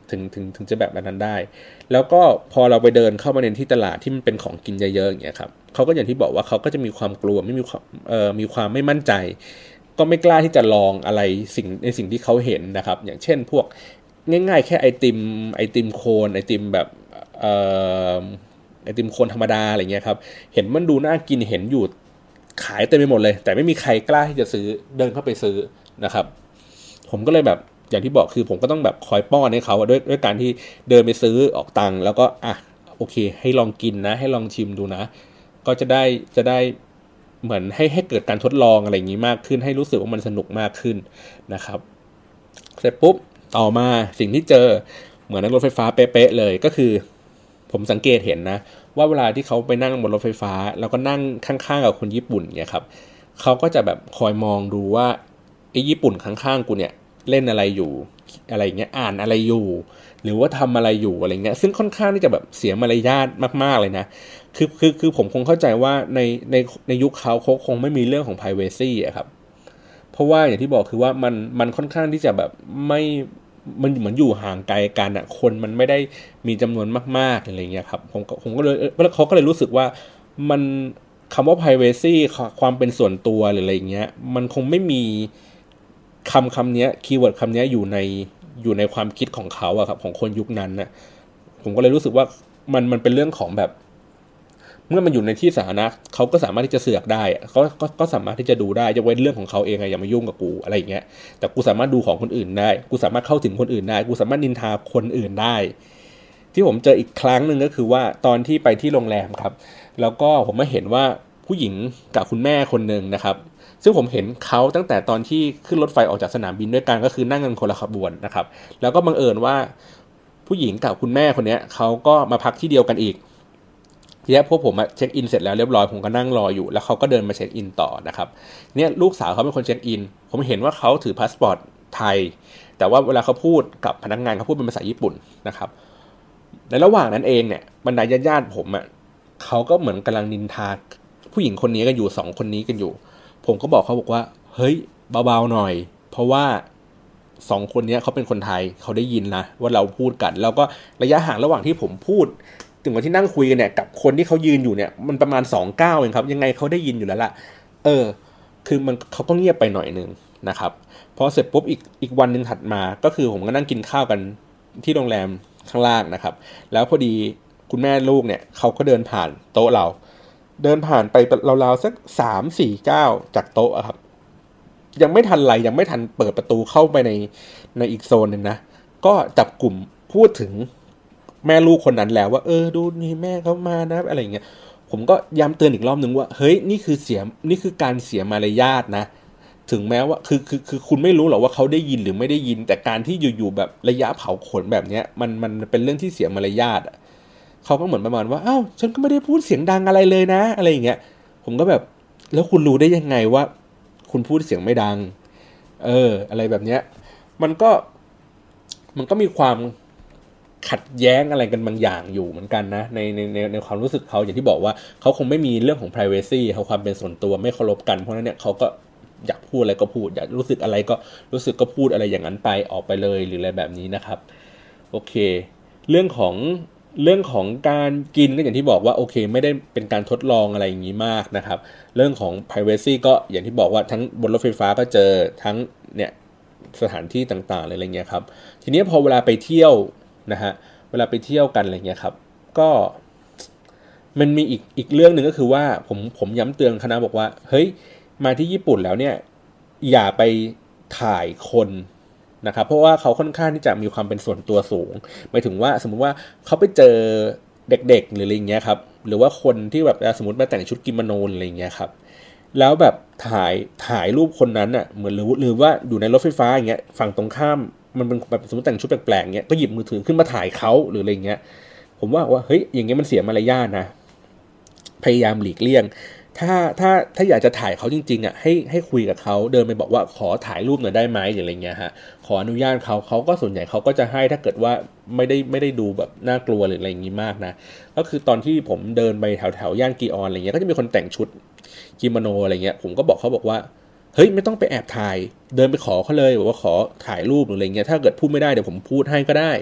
ถึงจะแบบนั้นได้แล้วก็พอเราไปเดินเข้ามาในที่ตลาดที่มันเป็นของกินเยอะๆอย่างเงี้ยครับเขาก็อย่างที่บอกว่าเขาก็จะมีความกลัวไม่มีความมีความไม่มั่นใจก็ไม่กล้าที่จะลองอะไรสิ่งที่เขาเห็นนะครับอย่างเช่นพวกง่ายๆแค่ไอติมโคนไอติมแบบไอติมโคนธรรมดาอะไรเงี้ยครับเห็นมันดูน่ากินเห็นอยู่ขายเต็มไปหมดเลยแต่ไม่มีใครกล้าที่จะซื้อเดินเข้าไปซื้อนะครับผมก็เลยแบบอย่างที่บอกคือผมก็ต้องแบบคอยป้อนให้เขาด้วยการที่เดินไปซื้อออกตังค์แล้วก็โอเคให้ลองกินนะให้ลองชิมดูนะก็จะได้เหมือนให้เกิดการทดลองอะไรอย่างนี้มากขึ้นให้รู้สึกว่ามันสนุกมากขึ้นนะครับเสร็จปุ๊บต่อมาสิ่งที่เจอเหมือนนั่งรถไฟฟ้าเป๊ะๆเลยก็คือผมสังเกตเห็นนะว่าเวลาที่เขาไปนั่งบนรถไฟฟ้าแล้วก็นั่งข้างๆกับคนญี่ปุ่นเนี่ยครับเขาก็จะแบบคอยมองดูว่าไอ้ญี่ปุ่นข้างๆกูเนี่ยเล่นอะไรอยู่อะไรเงี้ยอ่านอะไรอยู่หรือว่าทำอะไรอยู่อะไรเงี้ยซึ่งค่อนข้างที่จะแบบเสียมารยาทมากๆเลยนะคือผมคงเข้าใจว่าในยุคเขาคงไม่มีเรื่องของ privacy อะครับเพราะว่าอย่างที่บอกคือว่ามันค่อนข้างที่จะแบบไม่มันเหมือนอยู่ห่างไกลกันอ่ะคนมันไม่ได้มีจำนวนมากๆอะไรเงี้ยครับผมก็เลยเขาก็เลยรู้สึกว่ามันคำว่า privacy ความเป็นส่วนตัวหรืออะไรเงี้ยมันคงไม่มีคำนี้คีย์เวิร์ดคำนี้อยู่ในความคิดของเขาอะครับของคนยุคนั้นน่ะผมก็เลยรู้สึกว่ามันเป็นเรื่องของแบบเมื่อมันอยู่ในที่สาธารณะเขาก็สามารถที่จะเสือกได้ก็สามารถที่จะดูได้จะเว้นเรื่องของเขาเองอย่ามายุ่งกับกูอะไรอย่างเงี้ยแต่กูสามารถดูของคนอื่นได้กูสามารถเข้าถึงคนอื่นได้กูสามารถนินทาคนอื่นได้ที่ผมเจออีกครั้งหนึ่งก็คือว่าตอนที่ไปที่โรงแรมครับแล้วก็ผมมาเห็นว่าผู้หญิงกับคุณแม่คนหนึ่งนะครับซึ่งผมเห็นเขาตั้งแต่ตอนที่ขึ้นรถไฟออกจากสนามบินด้วยกันก็คือนั่งกันคนละขบวนนะครับแล้วก็บังเอิญว่าผู้หญิงกับคุณแม่คนนี้เขาก็มาพักที่เดียวกันอีกทีนี้พวกผมเช็คอินเสร็จแล้วเรียบร้อยผมก็นั่งรออยู่แล้วเขาก็เดินมาเช็คอินต่อนะครับเนี่ยลูกสาวเขาเป็นคนเช็คอินผมเห็นว่าเขาถือพาสปอร์ตไทยแต่ว่าเวลาเขาพูดกับพนักงานเขาพูดเป็นภาษาญี่ปุ่นนะครับในระหว่างนั้นเองเนี่ยบรรดาญาติผมเขาก็เหมือนกำลังนินทาผู้หญิงคนนี้กันอยู่2คนนี้กันอยู่ผมก็บอกเขาบอกว่าเฮ้ยเบาๆหน่อยเพราะว่า2คนนี้เขาเป็นคนไทยเขาได้ยินนะว่าเราพูดกันแล้วก็ระยะห่างระหว่างที่ผมพูดถึงวันที่นั่งคุยกันเนี่ยกับคนที่เขายืนอยู่เนี่ยมันประมาณ2 ก้าวเองครับยังไงเขาได้ยินอยู่แล้วล่ะคือมันเขาก็เงียบไปหน่อยนึงนะครับพอเสร็จปุ๊บอีกวันนึงถัดมาก็คือผมก็นั่งกินข้าวกันที่โรงแรมข้างล่างนะครับแล้วพอดีคุณแม่ลูกเนี่ยเขาก็เดินผ่านโต๊ะเราเดินผ่านไปราวๆสัก3-4 ก้าวจากโต๊ะครับยังไม่ทันยังไม่ทันเปิดประตูเข้าไปในอีกโซนนึงนะก็จับกลุ่มพูดถึงแม่ลูกคนนั้นแล้วว่าดูนี่แม่เขามานะอะไรเงี้ยผมก็ย้ำเตือนอีกรอบนึงว่าเฮ้ยนี่คือการเสียมารยาทนะถึงแม้ว่าคือคุณไม่รู้หรอกว่าเขาได้ยินหรือไม่ได้ยินแต่การที่อยู่ๆแบบระยะเผาขนแบบเนี้ยมันเป็นเรื่องที่เสียมารยาทเขาก็เหมือนประมาณว่าอ้าวฉันก็ไม่ได้พูดเสียงดังอะไรเลยนะอะไรอย่างเงี้ยผมก็แบบแล้วคุณรู้ได้ยังไงว่าคุณพูดเสียงไม่ดังอะไรแบบเนี้ยมันก็มีความขัดแย้งอะไรกันบางอย่างอยู่เหมือนกันนะในความรู้สึกเขาอย่างที่บอกว่าเขาคงไม่มีเรื่องของ privacy เขาความเป็นส่วนตัวไม่เคารพกันเพราะนั้นเนี่ยเขาก็อยากพูดอะไรก็พูดอยากรู้สึกอะไรก็รู้สึกก็พูดอะไรอย่างนั้นไปออกไปเลยหรืออะไรแบบนี้นะครับโอเคเรื่องของการกินก็อย่างที่บอกว่าโอเคไม่ได้เป็นการทดลองอะไรอย่างนี้มากนะครับเรื่องของ privacy ก็อย่างที่บอกว่าทั้งบนรถไฟฟ้าก็เจอทั้งเนี่ยสถานที่ต่างๆอะไรเงี้ยครับทีนี้พอเวลาไปเที่ยวนะฮะเวลาไปเที่ยวกันอะไรเงี้ยครับก็มันมีอีกเรื่องหนึ่งก็คือว่าผมย้ำเตือนคณะบอกว่าเฮ้ยมาที่ญี่ปุ่นแล้วเนี่ยอย่าไปถ่ายคนนะครับเพราะว่าเขาค่อนข้างที่จะมีความเป็นส่วนตัวสูงหมายถึงว่าสมมุติว่าเขาไปเจอเด็กๆหรืออะไรเงี้ยครับหรือว่าคนที่แบบสมมติมาแต่งชุดกิโมโนอะไรเงี้ยครับแล้วแบบถ่ายรูปคนนั้นเหมือนหรือว่าอยู่ในรถไฟฟ้าอย่างเงี้ยฝั่งตรงข้ามมันเป็นแบบสมมติแต่งชุดแปลกๆเงี้ยก็หยิบมือถือขึ้นมาถ่ายเขาหรืออะไรเงี้ยผมว่าเฮ้ยอย่างเงี้ยมันเสียมารยาทนะพยายามหลีกเลี่ยงถ้าอยากจะถ่ายเขาจริงๆให้คุยกับเขาเดินไปบอกว่าขอถ่ายรูปหน่อยได้ไหมหรืออะไรเงี้ยฮะขออนุญาตเขาก็ส่วนใหญ่เขาก็จะให้ถ้าเกิดว่าไม่ได้ดูแบบน่ากลัวหรืออะไรอย่างงี้มากนะก็คือตอนที่ผมเดินไปแถวย่านกีออนอะไรเงี้ยก็จะมีคนแต่งชุดกิโมโนอะไรเงี้ยผมก็บอกเขาบอกว่าเฮ้ยไม่ต้องไปแอบถ่ายเดินไปขอเขาเลยบอกว่าขอถ่ายรูปหรืออะไรเงี้ยถ้าเกิดพูดไม่ได้เดี๋ยวผมพูดให้ก็ได้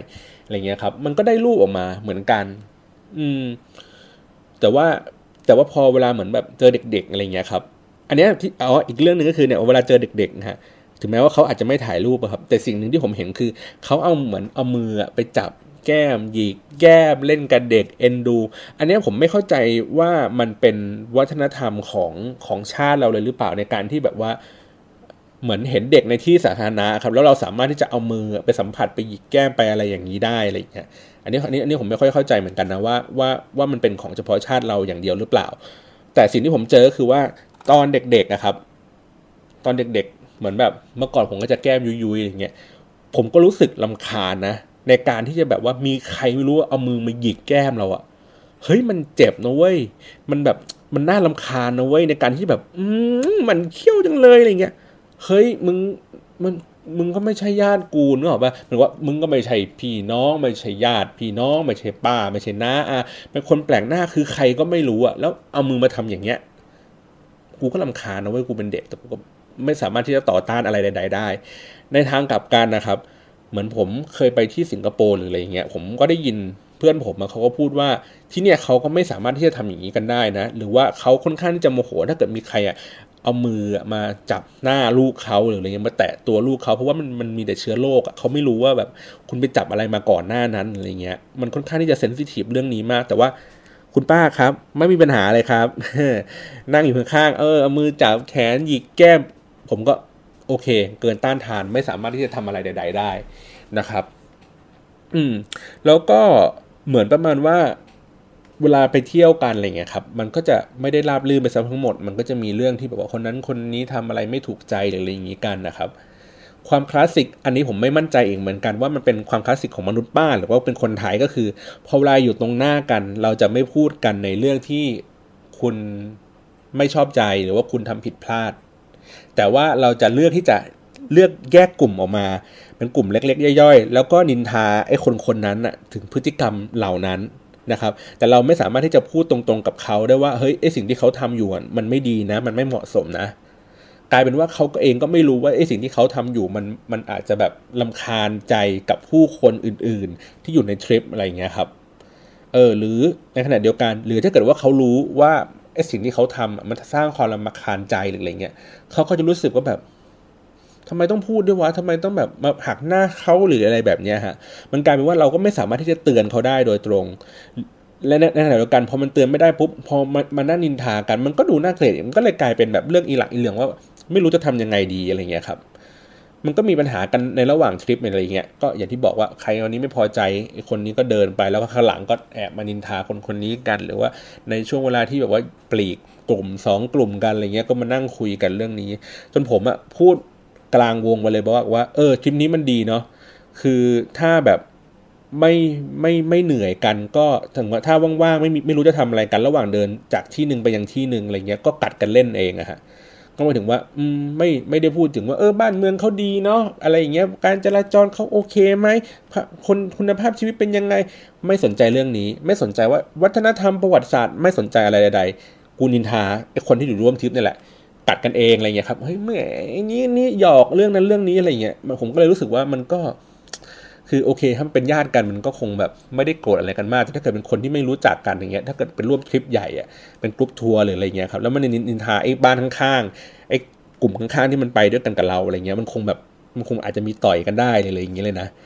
อะไรเงี้ยครับมันก็ได้รูปออกมาเหมือนกันอืมแต่ว่าพอเวลาเหมือนแบบเจอเด็กๆอะไรเงี้ยครับอันเนี้ยที่อีกเรื่องนึงก็คือเนี่ยเวลาเจอเด็กๆนะฮะถึงแม้ว่าเขาอาจจะไม่ถ่ายรูปครับแต่สิ่งหนึ่งที่ผมเห็นคือเขาเอาเหมือนเอามือไปจับแก้มหยิกแก้มเล่นกับเด็กเอ็นดูอันนี้ผมไม่เข้าใจว่ามันเป็นวัฒนธรรมของชาติเราเลยหรือเปล่าในการที่แบบว่าเหมือนเห็นเด็กในที่สาธารณะครับแล้วเราสามารถที่จะเอามือไปสัมผัสไปหยิกแก้มไปอะไรอย่างนี้ได้อะไรอย่างเงี้ยอันนี้ผมไม่ค่อยเข้าใจเหมือนกันนะว่ามันเป็นของเฉพาะชาติเราอย่างเดียวหรือเปล่าแต่สิ่งที่ผมเจอคือว่าตอนเด็กๆนะครับตอนเด็กๆเหมือนแบบเมื่อก่อนผมก็จะแก้มยุยๆอย่างเงี้ยผมก็รู้สึกรำคาญนะในการที่จะแบบว่ามีใครไม่รู้เอามือมาหยิกแก้มเราอะเฮ้ยมันเจ็บนะเว้ยมันแบบมันน่ารำคาญนะเว้ยในการที่แบบมันเคี้ยวจังเลยอะไรเงี้ยเฮ้ยมันมึงก็ไม่ใช่ญาติกูนึกออกป่ะเหมือนว่ามึงก็ไม่ใช่พี่น้องไม่ใช่ญาติพี่น้องไม่ใช่ป้าไม่ใช่น้าเป็นคนแปลกหน้าคือใครก็ไม่รู้อะแล้วเอามือมาทำอย่างเงี้ยกูก็รำคาญนะเว้ยกูเป็นเด็กแต่กูก็ไม่สามารถที่จะต่อต้านอะไรใดๆได้ในทางกลับกันนะครับเหมือนผมเคยไปที่สิงคโปร์หรืออะไรเงี้ยผมก็ได้ยินเพื่อนผมเขาก็พูดว่าที่เนี่ยเขาก็ไม่สามารถที่จะทำอย่างนี้กันได้นะหรือว่าเขาค่อนข้างที่จะโมโหถ้าเกิดมีใครเอามือมาจับหน้าลูกเขาหรืออะไรเงี้ยมาแตะตัวลูกเขาเพราะว่ามันมีแต่เชื้อโรคเขาไม่รู้ว่าแบบคุณไปจับอะไรมาก่อนหน้านั้นอะไรเงี้ยมันค่อนข้างที่จะเซนซิทีฟเรื่องนี้มากแต่ว่าคุณป้าครับไม่มีปัญหาเลยครับ นั่งอยู่ข้างๆเอามือจับแขนหยิกแก้มผมก็โอเคเกินต้านทานไม่สามารถที่จะทำอะไรใดๆได้นะครับแล้วก็เหมือนประมาณว่าเวลาไปเที่ยวกันอะไรเงี้ยครับมันก็จะไม่ได้ราบรื่นไปซะทั้งหมดมันก็จะมีเรื่องที่แบบว่าคนนั้นคนนี้ทำอะไรไม่ถูกใจหรืออะไรอย่างนี้กันนะครับความคลาสสิกอันนี้ผมไม่มั่นใจเองเหมือนกันว่ามันเป็นความคลาสสิกของมนุษย์ป้าหรือว่าเป็นคนไทยก็คือพอเวลาอยู่ตรงหน้ากันเราจะไม่พูดกันในเรื่องที่คุณไม่ชอบใจหรือว่าคุณทำผิดพลาดแต่ว่าเราจะเลือกที่จะเลือกแยกกลุ่มออกมาเป็นกลุ่มเล็กๆย่อยๆแล้วก็นินทาไอ้คนนั้นน่ะถึงพฤติกรรมเหล่านั้นนะครับแต่เราไม่สามารถที่จะพูดตรงๆกับเขาได้ว่าเฮ้ยไอ้สิ่งที่เขาทำอยู่มันไม่ดีนะมันไม่เหมาะสมนะกลายเป็นว่าเขาเองก็ไม่รู้ว่าไอ้สิ่งที่เขาทำอยู่มันอาจจะแบบรำคาญใจกับผู้คนอื่นๆที่อยู่ในทริปอะไรอย่างเงี้ยครับหรือในขณะเดียวกันหรือถ้าเกิดว่าเขารู้ว่าไอ้สิ่งที่เขาทำมันสร้างความรำคาญใจหรืออะไรเงี้ยเขาก็จะรู้สึกว่าแบบทำไมต้องพูดด้วยวะทำไมต้องแบบมาหักหน้าเขาหรืออะไรแบบเนี้ยฮะมันกลายเป็นว่าเราก็ไม่สามารถที่จะเตือนเขาได้โดยตรงและในขณะเดียวกันพอมันเตือนไม่ได้ปุ๊บพอมานั่งนินทากันมันก็ดูน่าเกลียดมันก็เลยกลายเป็นแบบเรื่องอีหลักอีเหลืองว่าไม่รู้จะทำยังไงดีอะไรเงี้ยครับมันก็มีปัญหากันในระหว่างทริปอะไรเงี้ยก็อย่างที่บอกว่าใครวันนี้ไม่พอใจคนนี้ก็เดินไปแล้วก็ข้างหลังก็แอบมานินทาคนนี้กันหรือว่าในช่วงเวลาที่แบบว่าปลีกกลุ่ม2กลุ่มกันอะไรเงี้ยก็มานั่งคุยกันเรื่องนี้จนผมพูดกลางวงไปเลยบอกว่าทริปนี้มันดีเนาะคือถ้าแบบไม่เหนื่อยกันก็ถึงว่าถ้าว่างๆไม่รู้จะทำอะไรกันระหว่างเดินจากที่หนึ่งไปยังที่หนึ่งอะไรเงี้ยก็กัดกันเล่นเองอะฮะก็หมายถึงว่าไม่ได้พูดถึงว่าบ้านเมืองเขาดีเนาะอะไรอย่างเงี้ยการจราจรเขาโอเคไหมคุณภาพชีวิตเป็นยังไงไม่สนใจเรื่องนี้ไม่สนใจว่าวัฒนธรรมประวัติศาสตร์ไม่สนใจอะไรใดๆกูนินทาไอ้คนที่อยู่ร่วมทริปนี่แหละกัดกันเองอะไรเงี้ยครับเฮ้ยเมื่อไอ้นี่หยอกเรื่องนั้นเรื่องนี้อะไรเงี้ยผมก็เลยรู้สึกว่ามันก็คือโอเคถ้าเป็นญาติกันมันก็คงแบบไม่ได้โกรธอะไรกันมากแต่ถ้าเกิดเป็นคนที่ไม่รู้จักกันอย่างเงี้ยถ้าเกิดเป็นร่วมทริปใหญ่เป็นกรุ๊ปทัวร์หรืออะไรเงี้ยครับแล้วมันนินทาไอ้บ้านข้างๆไอ้กลุ่มข้างๆที่มันไปด้วยกันกับเราอะไรเงี้ยมันคงอาจจะมีต่อยกันได้เลยอะไรอย่างเงี้ยเลยนะ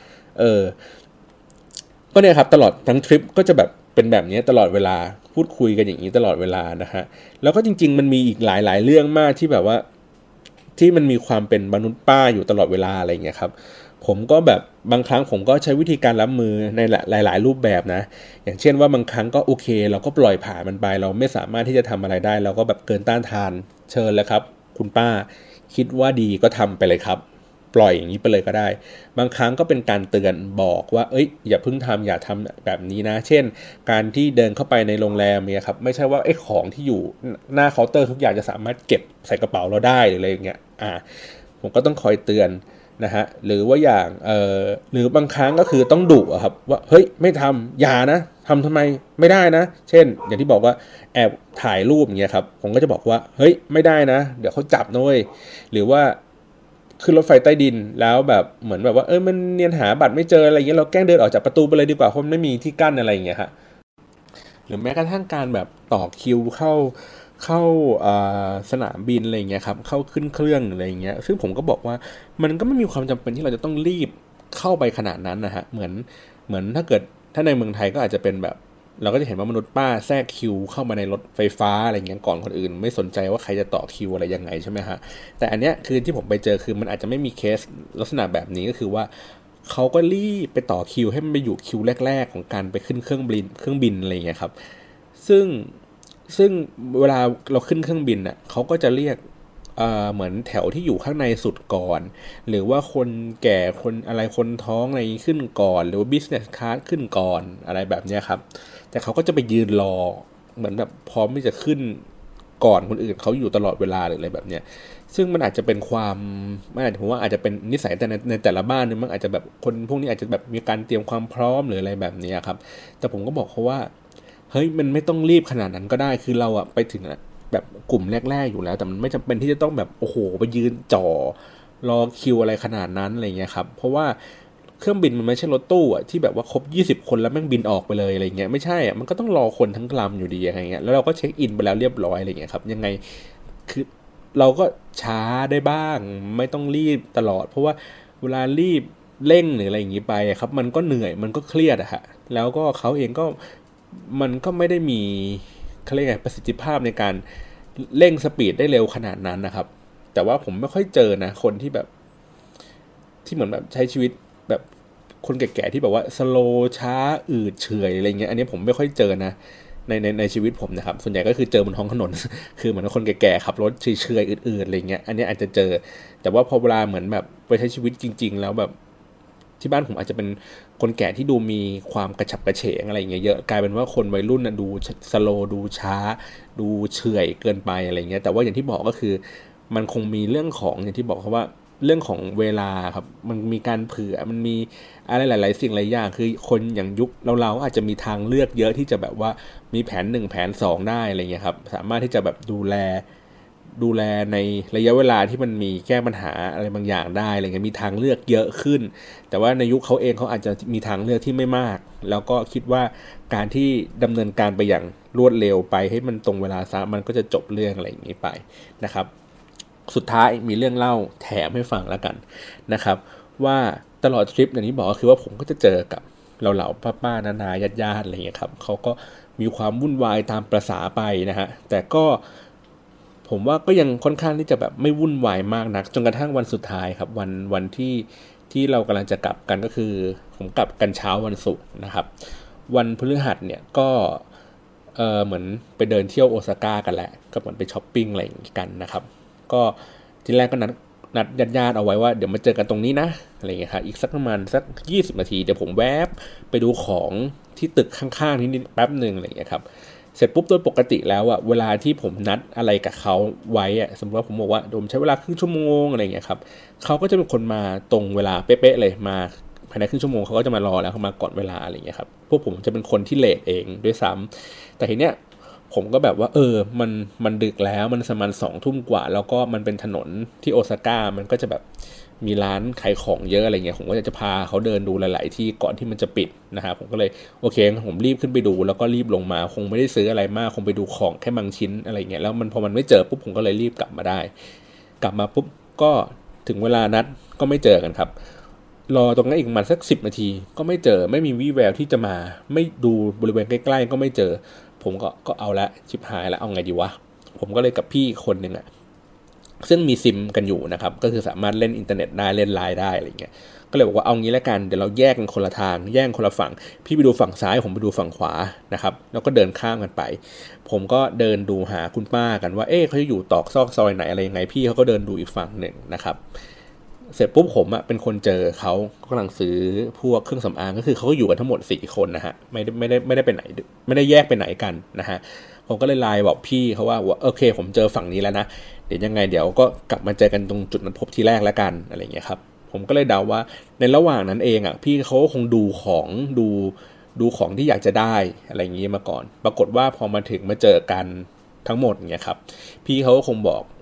ก็เนี่ยครับตลอดทั้งทริปก็จะแบบเป็นแบบนี้ตลอดเวลาพูดคุยกันอย่างนี้ตลอดเวลานะฮะแล้วก็จริงๆมันมีอีกหลายๆเรื่องมากที่แบบว่าที่มันมีความเป็นมนุษย์ป้าอยู่ตลอดเวลาอะไรเงี้ยครับผมก็แบบบางครั้งผมก็ใช้วิธีการรับมือในหลายๆรูปแบบนะอย่างเช่นว่าบางครั้งก็โอเคเราก็ปล่อยผ่านมันไปเราไม่สามารถที่จะทำอะไรได้เราก็แบบเกินต้านทานเชิญเลยครับคุณป้าคิดว่าดีก็ทำไปเลยครับปล่อยอย่างนี้ไปเลยก็ได้บางครั้งก็เป็นการเตือนบอกว่าอย่าเพิ่งทำอย่าทำแบบนี้นะเช่นการที่เดินเข้าไปในโรงแรมเนี่ยครับไม่ใช่ว่าของที่อยู่หน้าเคาน์เตอร์ทุกอย่างจะสามารถเก็บใส่กระเป๋าเราได้หรืออะไรอย่างเงี้ยผมก็ต้องคอยเตือนนะฮะหรือว่าอย่างหรือบางครั้งก็คือต้องดุครับว่าเฮ้ยไม่ทำอย่านะทำไมไม่ได้นะเช่นอย่างที่บอกว่าแอบถ่ายรูปอย่างเงี้ยครับผมก็จะบอกว่าเฮ้ยไม่ได้นะเดี๋ยวเขาจับนะเว้ยหรือว่าขึ้นรถไฟใต้ดินแล้วแบบเหมือนแบบว่ามันเนียนหาบัตรไม่เจออะไรเงี้ยเราแกล้งเดินออกจากประตูไปเลยดีกว่าเพราะมันไม่มีที่กั้นอะไรอย่างเงี้ยฮะหรือแม้กระทั่งการแบบต่อคิวเข้าสนามบินอะไรเงี้ยครับเข้าขึ้นเครื่องอะไรเงี้ยซึ่งผมก็บอกว่ามันก็ไม่มีความจำเป็นที่เราจะต้องรีบเข้าไปขนาดนั้นนะฮะเหมือนถ้าในเมืองไทยก็อาจจะเป็นแบบเราก็จะเห็นว่ามนุษย์ป้าแทรกคิวเข้ามาในรถไฟฟ้าอะไรเงี้ยก่อนคนอื่นไม่สนใจว่าใครจะต่อคิวอะไรยังไงใช่ไหมฮะแต่อันเนี้ยคือที่ผมไปเจอคือมันอาจจะไม่มีเคสลักษณะแบบนี้ก็คือว่าเขาก็รีบไปต่อคิวให้มันไปอยู่คิวแรกๆของการไปขึ้นเครื่องบินอะไรเงี้ยครับซึ่งซึ่งเวลาเราขึ้นเครื่องบินน่ะเขาก็จะเรียกเหมือนแถวที่อยู่ข้างในสุดก่อนหรือว่าคนแก่คนอะไรคนท้องอะไรขึ้นก่อนหรือว่า business class ขึ้นก่อนอะไรแบบนี้ครับแต่เขาก็จะไปยืนรอเหมือนแบบพร้อมที่จะขึ้นก่อนคนอื่นเขาอยู่ตลอดเวลาหรืออะไรแบบเนี้ยซึ่งมันอาจจะเป็นความไม่อาจผมว่าอาจจะเป็นนิสัยแต่ในแต่ละบ้านเนี่ยมันอาจจะแบบคนพวกนี้อาจจะแบบมีการเตรียมความพร้อมหรืออะไรแบบนี้ครับแต่ผมก็บอกเขาว่าเฮ้ยมันไม่ต้องรีบขนาดนั้นก็ได้คือเราอะไปถึงแบบกลุ่มแรกๆอยู่แล้วแต่มันไม่จำเป็นที่จะต้องแบบโอ้โหไปยืนจ่อรอคิวอะไรขนาดนั้นอะไรเงี้ยครับเพราะว่าเครื่องบินมันไม่ใช่รถตู้อะที่แบบว่าครบ20คนแล้วแม่งบินออกไปเลยอะไรเงี้ยไม่ใช่อะมันก็ต้องรอคนทั้งลำอยู่ดีอะไรเงี้ยแล้วเราก็เช็คอินไปแล้วเรียบร้อยอะไรเงี้ยครับยังไงคือเราก็ช้าได้บ้างไม่ต้องรีบตลอดเพราะว่าเวลารีบเร่งหรืออะไรอย่างนี้ไปครับมันก็เหนื่อยมันก็เครียดอะฮะแล้วก็เขาเองก็มันก็ไม่ได้มีเขาเรียกไงประสิทธิภาพในการเร่งสปีดได้เร็วขนาดนั้นนะครับแต่ว่าผมไม่ค่อยเจอนะคนที่แบบที่เหมือนแบบใช้ชีวิตแบบคนแก่ๆที่แบบว่าสโลช้าอืดเฉยอะไรเงี้ยอันนี้ผมไม่ค่อยเจอนะในชีวิตผมนะครับส่วนใหญ่ก็คือเจอบนท้องถนนคือเหมือนคนแก่ๆขับรถเฉยๆอืดๆอะไรเงี้ยอันนี้อาจจะเจอแต่ว่าพอเวลาเหมือนแบบไปใช้ชีวิตจริงๆแล้วแบบที่บ้านผมอาจจะเป็นคนแก่ที่ดูมีความกระฉับกระเฉงอะไรเงี้ยเยอะกลายเป็นว่าคนวัยรุ่นดูสโลดูช้าดูเฉยเกินไปอะไรเงี้ยแต่ว่าอย่างที่บอกก็คือมันคงมีเรื่องของอย่างที่บอกเขาว่าเรื่องของเวลาครับมันมีการเผื่อมันมีอะไรหลายๆสิ่งหลายอย่างคือคนอย่างยุคเราอาจจะมีทางเลือกเยอะที่จะแบบว่ามีแผน1แผน2ได้อะไรเงี้ยครับสามารถที่จะแบบดูแลในระยะเวลาที่มันมีแก้ปัญหาอะไรบางอย่างได้อะไรเงี้ยมีทางเลือกเยอะขึ้นแต่ว่าในยุคเขาเองเขาอาจจะมีทางเลือกที่ไม่มากแล้วก็คิดว่าการที่ดำเนินการไปอย่างรวดเร็วไปให้มันตรงเวลาซะมันก็จะจบเรื่องอะไรอย่างนี้ไปนะครับสุดท้ายมีเรื่องเล่าแถมให้ฟังแล้วกันนะครับว่าตลอดทริปอย่างที่บอกก็คือว่าผมก็จะเจอกับเหล่าป้าๆนาๆญาติๆอะไรอย่างเงี้ยครับเขาก็มีความวุ่นวายตามประสาไปนะฮะแต่ก็ผมว่าก็ยังค่อนข้างที่จะแบบไม่วุ่นวายมากนักจนกระทั่งวันสุดท้ายครับวันที่เรากำลังจะกลับกันก็คือผมกลับกันเช้าวันศุกร์นะครับวันพฤหัสเนี่ยก็เหมือนไปเดินเที่ยวโอซาก้ากันแหละก็เหมือนไปช้อปปิ้งอะไรกันนะครับก็ทีแรกก็นัดญาติเอาไว้ว่าเดี๋ยวมาเจอกันตรงนี้นะอะไรเงี้ยครับอีกสักประมาณสัก20 นาทีเดี๋ยวผมแวบไปดูของที่ตึกข้างๆนี่แป๊บหนึ่งอะไรเงี้ยครับเสร็จปุ๊บโดยปกติแล้วอะเวลาที่ผมนัดอะไรกับเขาไว้อะสมมติว่าผมบอกว่าผมใช้เวลาครึ่งชั่วโมงอะไรเงี้ยครับเขาก็จะเป็นคนมาตรงเวลาเป๊ะๆเลยมาภายในครึ่งชั่วโมงเขาก็จะมารอแล้วเขามาก่อนเวลาอะไรเงี้ยครับพวกผมจะเป็นคนที่เลทเองด้วยซ้ำแต่ทีเนี้ยผมก็แบบว่ามันดึกแล้วมันประมาณ20 ทุ่มกว่าแล้วก็มันเป็นถนนที่โอซาก้ามันก็จะแบบมีร้านขายของเยอะอะไรเงี้ยผมก็จะพาเขาเดินดูหลายๆที่ก่อนที่มันจะปิดนะฮะผมก็เลยโอเคผมรีบขึ้นไปดูแล้วก็รีบลงมาคงไม่ได้ซื้ออะไรมากคงไปดูของแค่บางชิ้นอะไรเงี้ยแล้วพอมันไม่เจอปุ๊บผมก็เลยรีบกลับมาได้กลับมาปุ๊บก็ถึงเวลานัดก็ไม่เจอกันครับรอตรงนั้นอีกประมาณสัก10 นาทีก็ไม่เจอไม่มีวี่แววที่จะมาไม่ดูบริเวณใกล้ๆก็ไม่เจอผมก็เอาละชิบหายแล้วเอาไงดีวะผมก็เลยกับพี่คนหนึ่งอะซึ่งมีซิมกันอยู่นะครับก็คือสามารถเล่นอินเทอร์เน็ตได้เล่นไลน์ได้อะไรเงี้ยก็เลยบอกว่าเอางี้แล้วกันเดี๋ยวเราแยกกันคนละทางแยกคนละฝั่งพี่ไปดูฝั่งซ้ายผมไปดูฝั่งขวานะครับแล้วก็เดินข้ามกันไปผมก็เดินดูหาคุณป้ากันว่าเขาจะอยู่ตอกซอกซอยไหนอะไรยังไงพี่เขาก็เดินดูอีกฝั่งหนึ่งนะครับเสร็จปุ๊บผมเป็นคนเจอเขากำลังซื้อพวกเครื่องสำอางก็คือเขาก็อยู่กันทั้งหมด4 คนนะฮะไม่ได้ไปไหนไม่ได้แยกไปไหนกันนะฮะผมก็เลยไลน์บอกพี่เขาว่าโอเคผมเจอฝั่งนี้แล้วนะเดี๋ยวยังไงเดี๋ยวก็กลับมาเจอกันตรงจุดนั้นพบทีแรกแล้วกันอะไรเงี้ยครับผมก็เลยเดาว่าในระหว่างนั้นเองพี่เขาคงดูของที่อยากจะได้อะไรอย่างงี้มาก่อนปรากฏว่าพอมาถึงมาเจอกันทั้งหมดเงี้ยครับพี่เขาก็คงบอก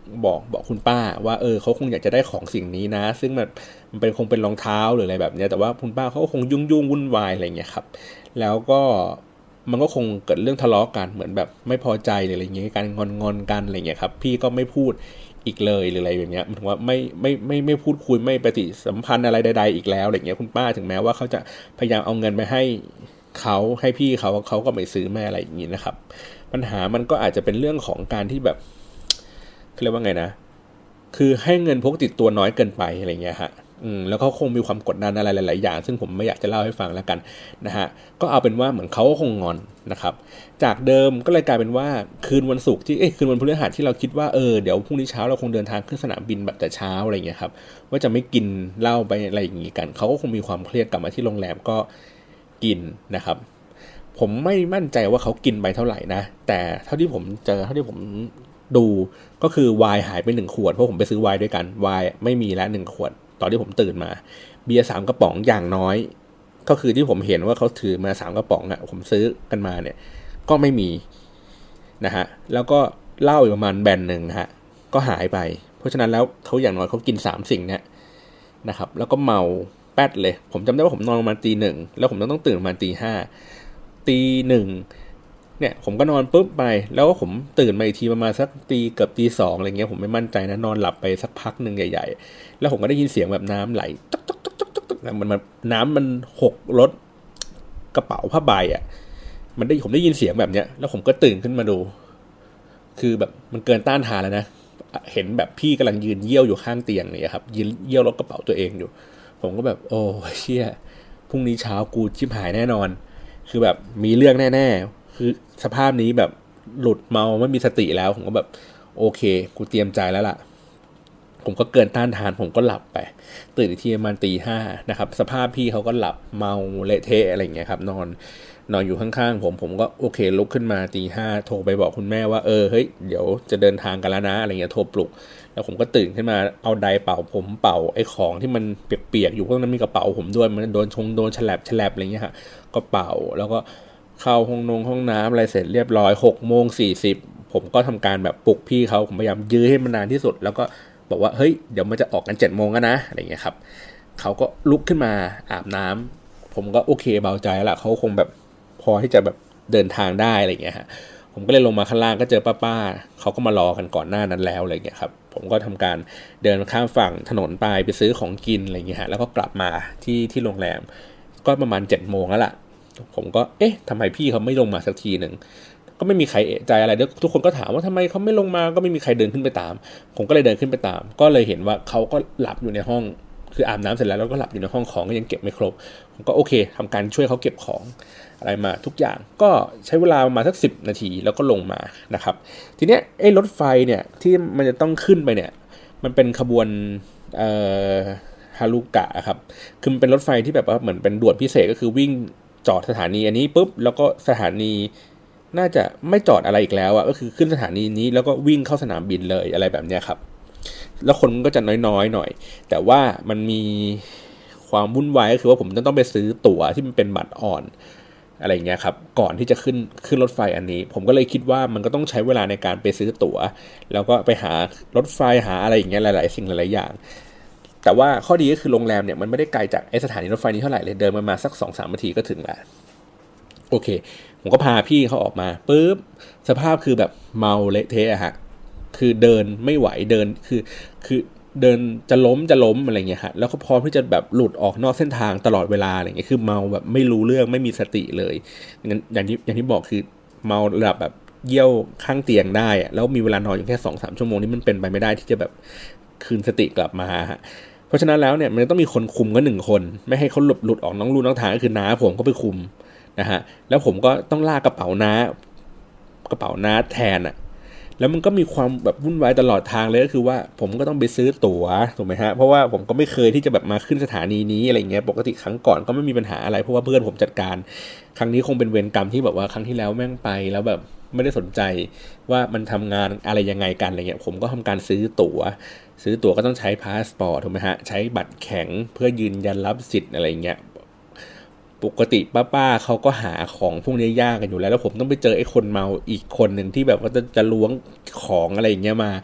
บอกคุณป้าว่าเขาคงอยากจะได้ของสิ่งนี้นะซึ่งมันคงเป็นรองเท้าหรืออะไรแบบนี้แต่ว่าคุณป้าเขาก็คงยุ่งวุ่นวายอะไรเงี้ยครับแล้วก็มันก็คงเกิดเรื่องทะเลาะกันเหมือนแบบไม่พอใจหรืออะไรเงี้ยการงอนกันอะไรเงี้ยครับพี่ก็ไม่พูดอีกเลยหรืออะไรอย่างเงี้ยหมายถึงว่าไม่พูดคุยไม่ปฏิสัมพันธ์อะไรใดๆอีกแล้วอะไรเงี้ยคุณป้าถึงแม้ว่าเขาจะพยายามเอาเงินไปให้พี่เขาก็ไม่ซื้อแม่อะไรอย่างงี้นะครับปัญหามันก็อาจจะเป็นเรื่องของการที่แบบเขาเรียกว่าไงนะคือให้เงินพกติดตัวน้อยเกินไปอะไรเงี้ยฮะแล้วเขาคงมีความกดดันอะไรหลายๆอย่างซึ่งผมไม่อยากจะเล่าให้ฟังแล้วกันนะฮะก็เอาเป็นว่าเหมือนเขาคงงอนนะครับจากเดิมก็เลยกลายเป็นว่าคืนวันศุกร์ที่คืนวันพฤหัสที่เราคิดว่าเดี๋ยวพรุ่งนี้เช้าเราคงเดินทางขึ้นสนามบินแบบแต่เช้าอะไรเงี้ยครับว่าจะไม่กินเหล้าไปอะไรอย่างงี้กันเขาก็คงมีความเครียดกลับมาที่โรงแรมก็กินนะครับผมไม่มั่นใจว่าเขากินไปเท่าไหร่นะแต่เท่าที่ผมเจอเท่าที่ผมดูก็คือไวน์หายไป1 ขวดเพราะผมไปซื้อไวน์ด้วยกันไวน์ไม่มีแล้ว1 ขวดตอนที่ผมตื่นมาเบียร์3 กระป๋องอย่างน้อยก็คือที่ผมเห็นว่าเขาถือมา3 กระป๋องอะผมซื้อกันมาเนี่ยก็ไม่มีนะฮะแล้วก็เหล้าอีกประมาณแบนหนึ่งฮะก็หายไปเพราะฉะนั้นแล้วเขาอย่างน้อยเขากิน3 สิ่งเนี่ยนะครับแล้วก็เมาแป๊ดเลยผมจำได้ว่าผมนอนประมาณตี 1แล้วผมต้องตื่นประมาณตี 5ตี 1เนี่ยผมก็นอนปุ๊บไปแล้วก็ผมตื่นมาอีกทีประมาณสักเกือบตี 2อะไรเงี้ยผมไม่มั่นใจนะนอนหลับไปสักพักนึงใหญ่ๆแล้วผมก็ได้ยินเสียงแบบน้ำไหลต๊อกมันน้ำมันหกรถกระเป๋าผ้าใบอ่ะผมได้ยินเสียงแบบเนี้ยแล้วผมก็ตื่นขึ้นมาดูคือแบบมันเกินต้านทานแล้วนะเห็นแบบพี่กำลังยืนเยี่ยวอยู่ข้างเตียงเนี่ยครับยืนเยี่ยวรถกระเป๋าตัวเองอยู่ผมก็แบบโอ้เชี่ยพรุ่งนี้เช้ากูชิบหายแน่นอนคือแบบมีเรื่องแน่ๆคือสภาพนี้แบบหลุดเมาไม่มีสติแล้วผมก็แบบโอเคกูเตรียมใจแล้วล่ะผมก็เกินต้านทานผมก็หลับไปตื่นอีกทีประมาณตี 5นะครับสภาพพี่เขาก็หลับเมาเละเทะอะไรอย่างเงี้ยครับนอนอยู่ข้างๆผมก็โอเคลุกขึ้นมาตี 5โทรไปบอกคุณแม่ว่าเฮ้ยเดี๋ยวจะเดินทางกันแล้วนะอะไรเงี้ยโทรปลุกแล้วผมก็ตื่นขึ้นมาเอาไดร์เป่าผมเป่าไอ้ของที่มันเปียกๆอยู่เพราะนั้นมีกระเป๋าผมด้วยมันโดนฉลับอะไรเงี้ยฮะก็เป่าแล้วก็เข้าห้องน้ำอะไรเสร็จเรียบร้อย6:40ผมก็ทำการแบบปลุกพี่เขาผมพยายามยื้อให้มันนานที่สุดแล้วก็บอกว่าเฮ้ยเดี๋ยวมันจะออกกัน7:00กันนะอะไรเงี้ยครับเขาก็ลุกขึ้นมาอาบน้ำผมก็โอเคเบาใจแล้วล่ะเขาคงแบบพอที่จะแบบเดินทางได้อะไรเงี้ยฮะผมก็เลยลงมาข้างล่างก็เจอป้าเขาก็มารอกันก่อนหน้านั้นแล้วอะไรเงี้ยครับผมก็ทำการเดินข้ามฝั่งถนนไปซื้อของกินอะไรเงี้ยฮะแล้วก็กลับมาที่โรงแรมก็ประมาณ7:00แล้วล่ะผมก็ทำไมพี่เขาไม่ลงมาสักทีหนึ่งก็ไม่มีใครเอะใจอะไรทุกคนก็ถามว่าทำไมเขาไม่ลงมาก็ไม่มีใครเดินขึ้นไปตามผมก็เลยเดินขึ้นไปตามก็เลยเห็นว่าเขาก็หลับอยู่ในห้องคืออาบน้ำเสร็จแล้วก็หลับอยู่ในห้องของก็ยังเก็บไม่ครบผมก็โอเคทำการช่วยเขาเก็บของอะไรมาทุกอย่างก็ใช้เวลาประมาณสัก10 นาทีแล้วก็ลงมานะครับทีเนี้ยไอ้รถไฟเนี่ยที่มันจะต้องขึ้นไปเนี่ยมันเป็นขบวนฮารุกะครับคือมันเป็นรถไฟที่แบบว่าเหมือนเป็นด่วนพิเศษก็คือวิ่งจอดสถานีอันนี้ปุ๊บแล้วก็สถานีน่าจะไม่จอดอะไรอีกแล้วก็คือขึ้นสถานีนี้แล้วก็วิ่งเข้าสนามบินเลยอะไรแบบเนี้ยครับแล้วคนก็จะน้อยๆหน่อยแต่ว่ามันมีความวุ่นวายก็คือว่าผมต้องไปซื้อตั๋วที่มันเป็นบัตรอ่อนอะไรเงี้ยครับก่อนที่จะขึ้นรถไฟอันนี้ผมก็เลยคิดว่ามันก็ต้องใช้เวลาในการไปซื้อตั๋วแล้วก็ไปหารถไฟหาอะไรอย่างเงี้ยหลายๆสิ่งหลายๆอย่างแต่ว่าข้อดีก็คือโรงแรมเนี่ยมันไม่ได้ไกลจากไอ้สถานีรถไฟนี้เท่าไหร่เลยเดินมาสัก 2-3 นาทีก็ถึงแล้วโอเคผมก็พาพี่เขาออกมาปุ๊บสภาพคือแบบเมาเละเทะฮะคือเดินไม่ไหวเดินคือเดินจะล้มอะไรเงี้ยฮะแล้วก็พร้อมที่จะแบบหลุดออกนอกเส้นทางตลอดเวลาอะไรเงี้ยคือเมาแบบไม่รู้เรื่องไม่มีสติเลยอย่างที่บอกคือเมาระดับแบบเยี่ยวข้างเตียงได้แล้วมีเวลานอนอยู่แค่ 2-3 ชั่วโมงนี่มันเป็นไปไม่ได้ที่จะแบบคืนสติกลับมาฮะเพราะฉะนั้นแล้วเนี่ยมันต้องมีคนคุมก็1 คนไม่ให้เขาหลุดออกน้องทางก็คือน้าผมก็ไปคุมนะฮะแล้วผมก็ต้องลากกระเป๋าน้าแทนแล้วมันก็มีความแบบวุ่นวายตลอดทางเลยก็คือว่าผมก็ต้องไปซื้อตั๋วถูกไหมฮะเพราะว่าผมก็ไม่เคยที่จะแบบมาขึ้นสถานีนี้อะไรเงี้ยปกติครั้งก่อนก็ไม่มีปัญหาอะไรเพราะว่าเพื่อนผมจัดการครั้งนี้คงเป็นเวรกรรมที่แบบว่าครั้งที่แล้วแม่งไปแล้วแบบไม่ได้สนใจว่ามันทำงานอะไรยังไงกันอะไรเงี้ยผมก็ทำการซื้อตั๋วก็ต้องใช้พาสปอร์ตถูกไหมฮะใช้บัตรแข็งเพื่อยืนยันรับสิทธิ์อะไรเงี้ยปกติป้าเขาก็หาของพวกนี้ยากกันอยู่แล้วผมต้องไปเจอไอ้คนเมาอีกคนหนึ่งที่แบบว่าจะล้วงของอะไรอย่างเงี้ยมา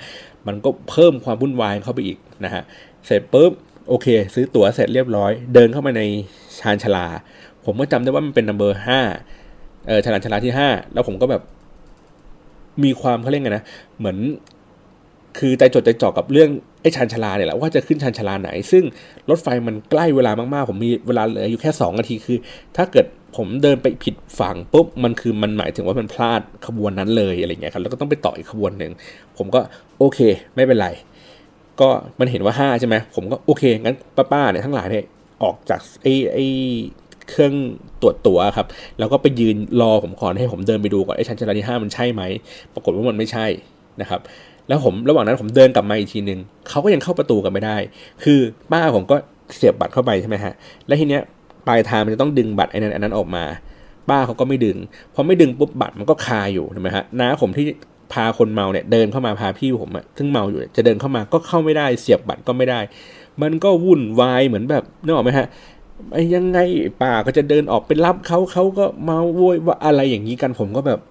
มันก็เพิ่มความวุ่นวายเข้าไปอีกนะฮะเสร็จปุ๊บโอเคซื้อตั๋วเสร็จเรียบร้อยเดินเข้ามาในชานชาลาผมก็จำได้ว่ามันเป็นนัมเบอร์5ชานชาลาที่5แล้วผมก็แบบมีความเขาเรียกไงนะเหมือนคือใจจดใจจ่อกับเรื่องไอ้ชานชาลาเนี่ยแหละว่าจะขึ้นชานชาลาไหนซึ่งรถไฟมันใกล้เวลามากๆผมมีเวลาเหลืออยู่แค่2นาทีคือถ้าเกิดผมเดินไปผิดฝั่งปุ๊บมันหมายถึงว่ามันพลาดขบวนนั้นเลยอะไรเงี้ยครับแล้วก็ต้องไปต่ออีกขบวนหนึ่งผมก็โอเคไม่เป็นไรก็มันเห็นว่า5ใช่ไหมผมก็โอเคงั้นป้าเนี่ยทั้งหลายเนี่ยออกจากไอ้เครื่องตรวจตั๋วครับแล้วก็ไปยืนรอผมก่อนให้ผมเดินไปดูก่อนไอ้ชานชาลาที่5มันใช่ไหมปรากฏว่ามันไม่ใช่นะครับแล้วผมระหว่างนั้นผมเดินกลับมาอีกทีนึงเขาก็ยังเข้าประตูกันไม่ได้คือป้าผมก็เสียบบัตรเข้าไปใช่ไหมฮะแล้วทีเนี้ยปลายทางมันจะต้องดึงบัตรไอ้นั้นออกมาป้าเขาก็ไม่ดึงพอไม่ดึงปุ๊บบัตรมันก็คาอยู่ใช่ไหมฮะน้าผมที่พาคนเมาเนี่ยเดินเข้ามาพาพี่ผมอะซึ่งเมาอยู่จะเดินเข้ามาก็เข้าไม่ได้เสียบบัตรก็ไม่ได้มันก็วุ่นวายเหมือนแบบนึกออกไหมฮะไอ้ยังไงป้าก็จะเดินออกไปรับเขาก็มาโวยว่าอะไรอย่างนี้กันผมก็แบบ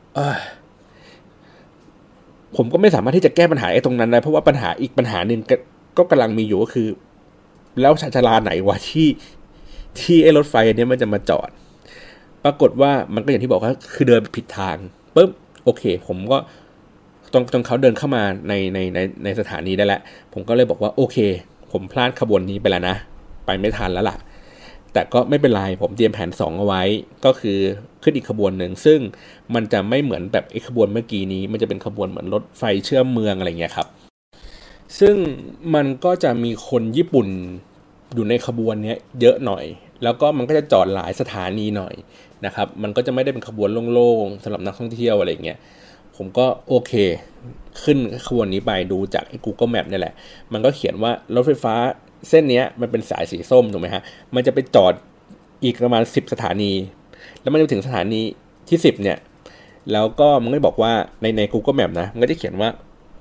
ผมก็ไม่สามารถที่จะแก้ปัญหาไอ้ตรงนั้นได้เพราะว่าปัญหาอีกปัญหาหนึ่งก็กำลังมีอยู่ก็คือแล้วชานไหนวะที่ไอ้รถไฟอันนี้มันจะมาจอดปรากฏว่ามันก็อย่างที่บอกว่าคือเดินผิดทางปุ๊บโอเคผมก็ตรงเขาเดินเข้ามาในสถานีได้แล้วผมก็เลยบอกว่าโอเคผมพลาดขบวนนี้ไปแล้วนะไปไม่ทันแล้วล่ะแต่ก็ไม่เป็นไรผมเตรียมแผน2เอาไว้ก็คือขึ้นอีกขบวนหนึ่งซึ่งมันจะไม่เหมือนแบบไอ้ขบวนเมื่อกี้นี้มันจะเป็นขบวนเหมือนรถไฟเชื่อมเมืองอะไรเงี้ยครับซึ่งมันก็จะมีคนญี่ปุ่นอยู่ในขบวนนี้เยอะหน่อยแล้วก็มันก็จะจอดหลายสถานีหน่อยนะครับมันก็จะไม่ได้เป็นขบวนโล่งๆสำหรับนักท่องเที่ยวอะไรเงี้ยผมก็โอเคขึ้นขบวนนี้ไปดูจากไอ้ Google Map นี่แหละมันก็เขียนว่ารถไฟฟ้าเส้นนี้มันเป็นสายสีส้มถูกไหมฮะมันจะไปจอดอีกประมาณ10สถานีแล้วมันจะถึงสถานีที่10เนี่ยแล้วก็มันก็บอกว่าใน Google Map นะมันก็จะเขียนว่า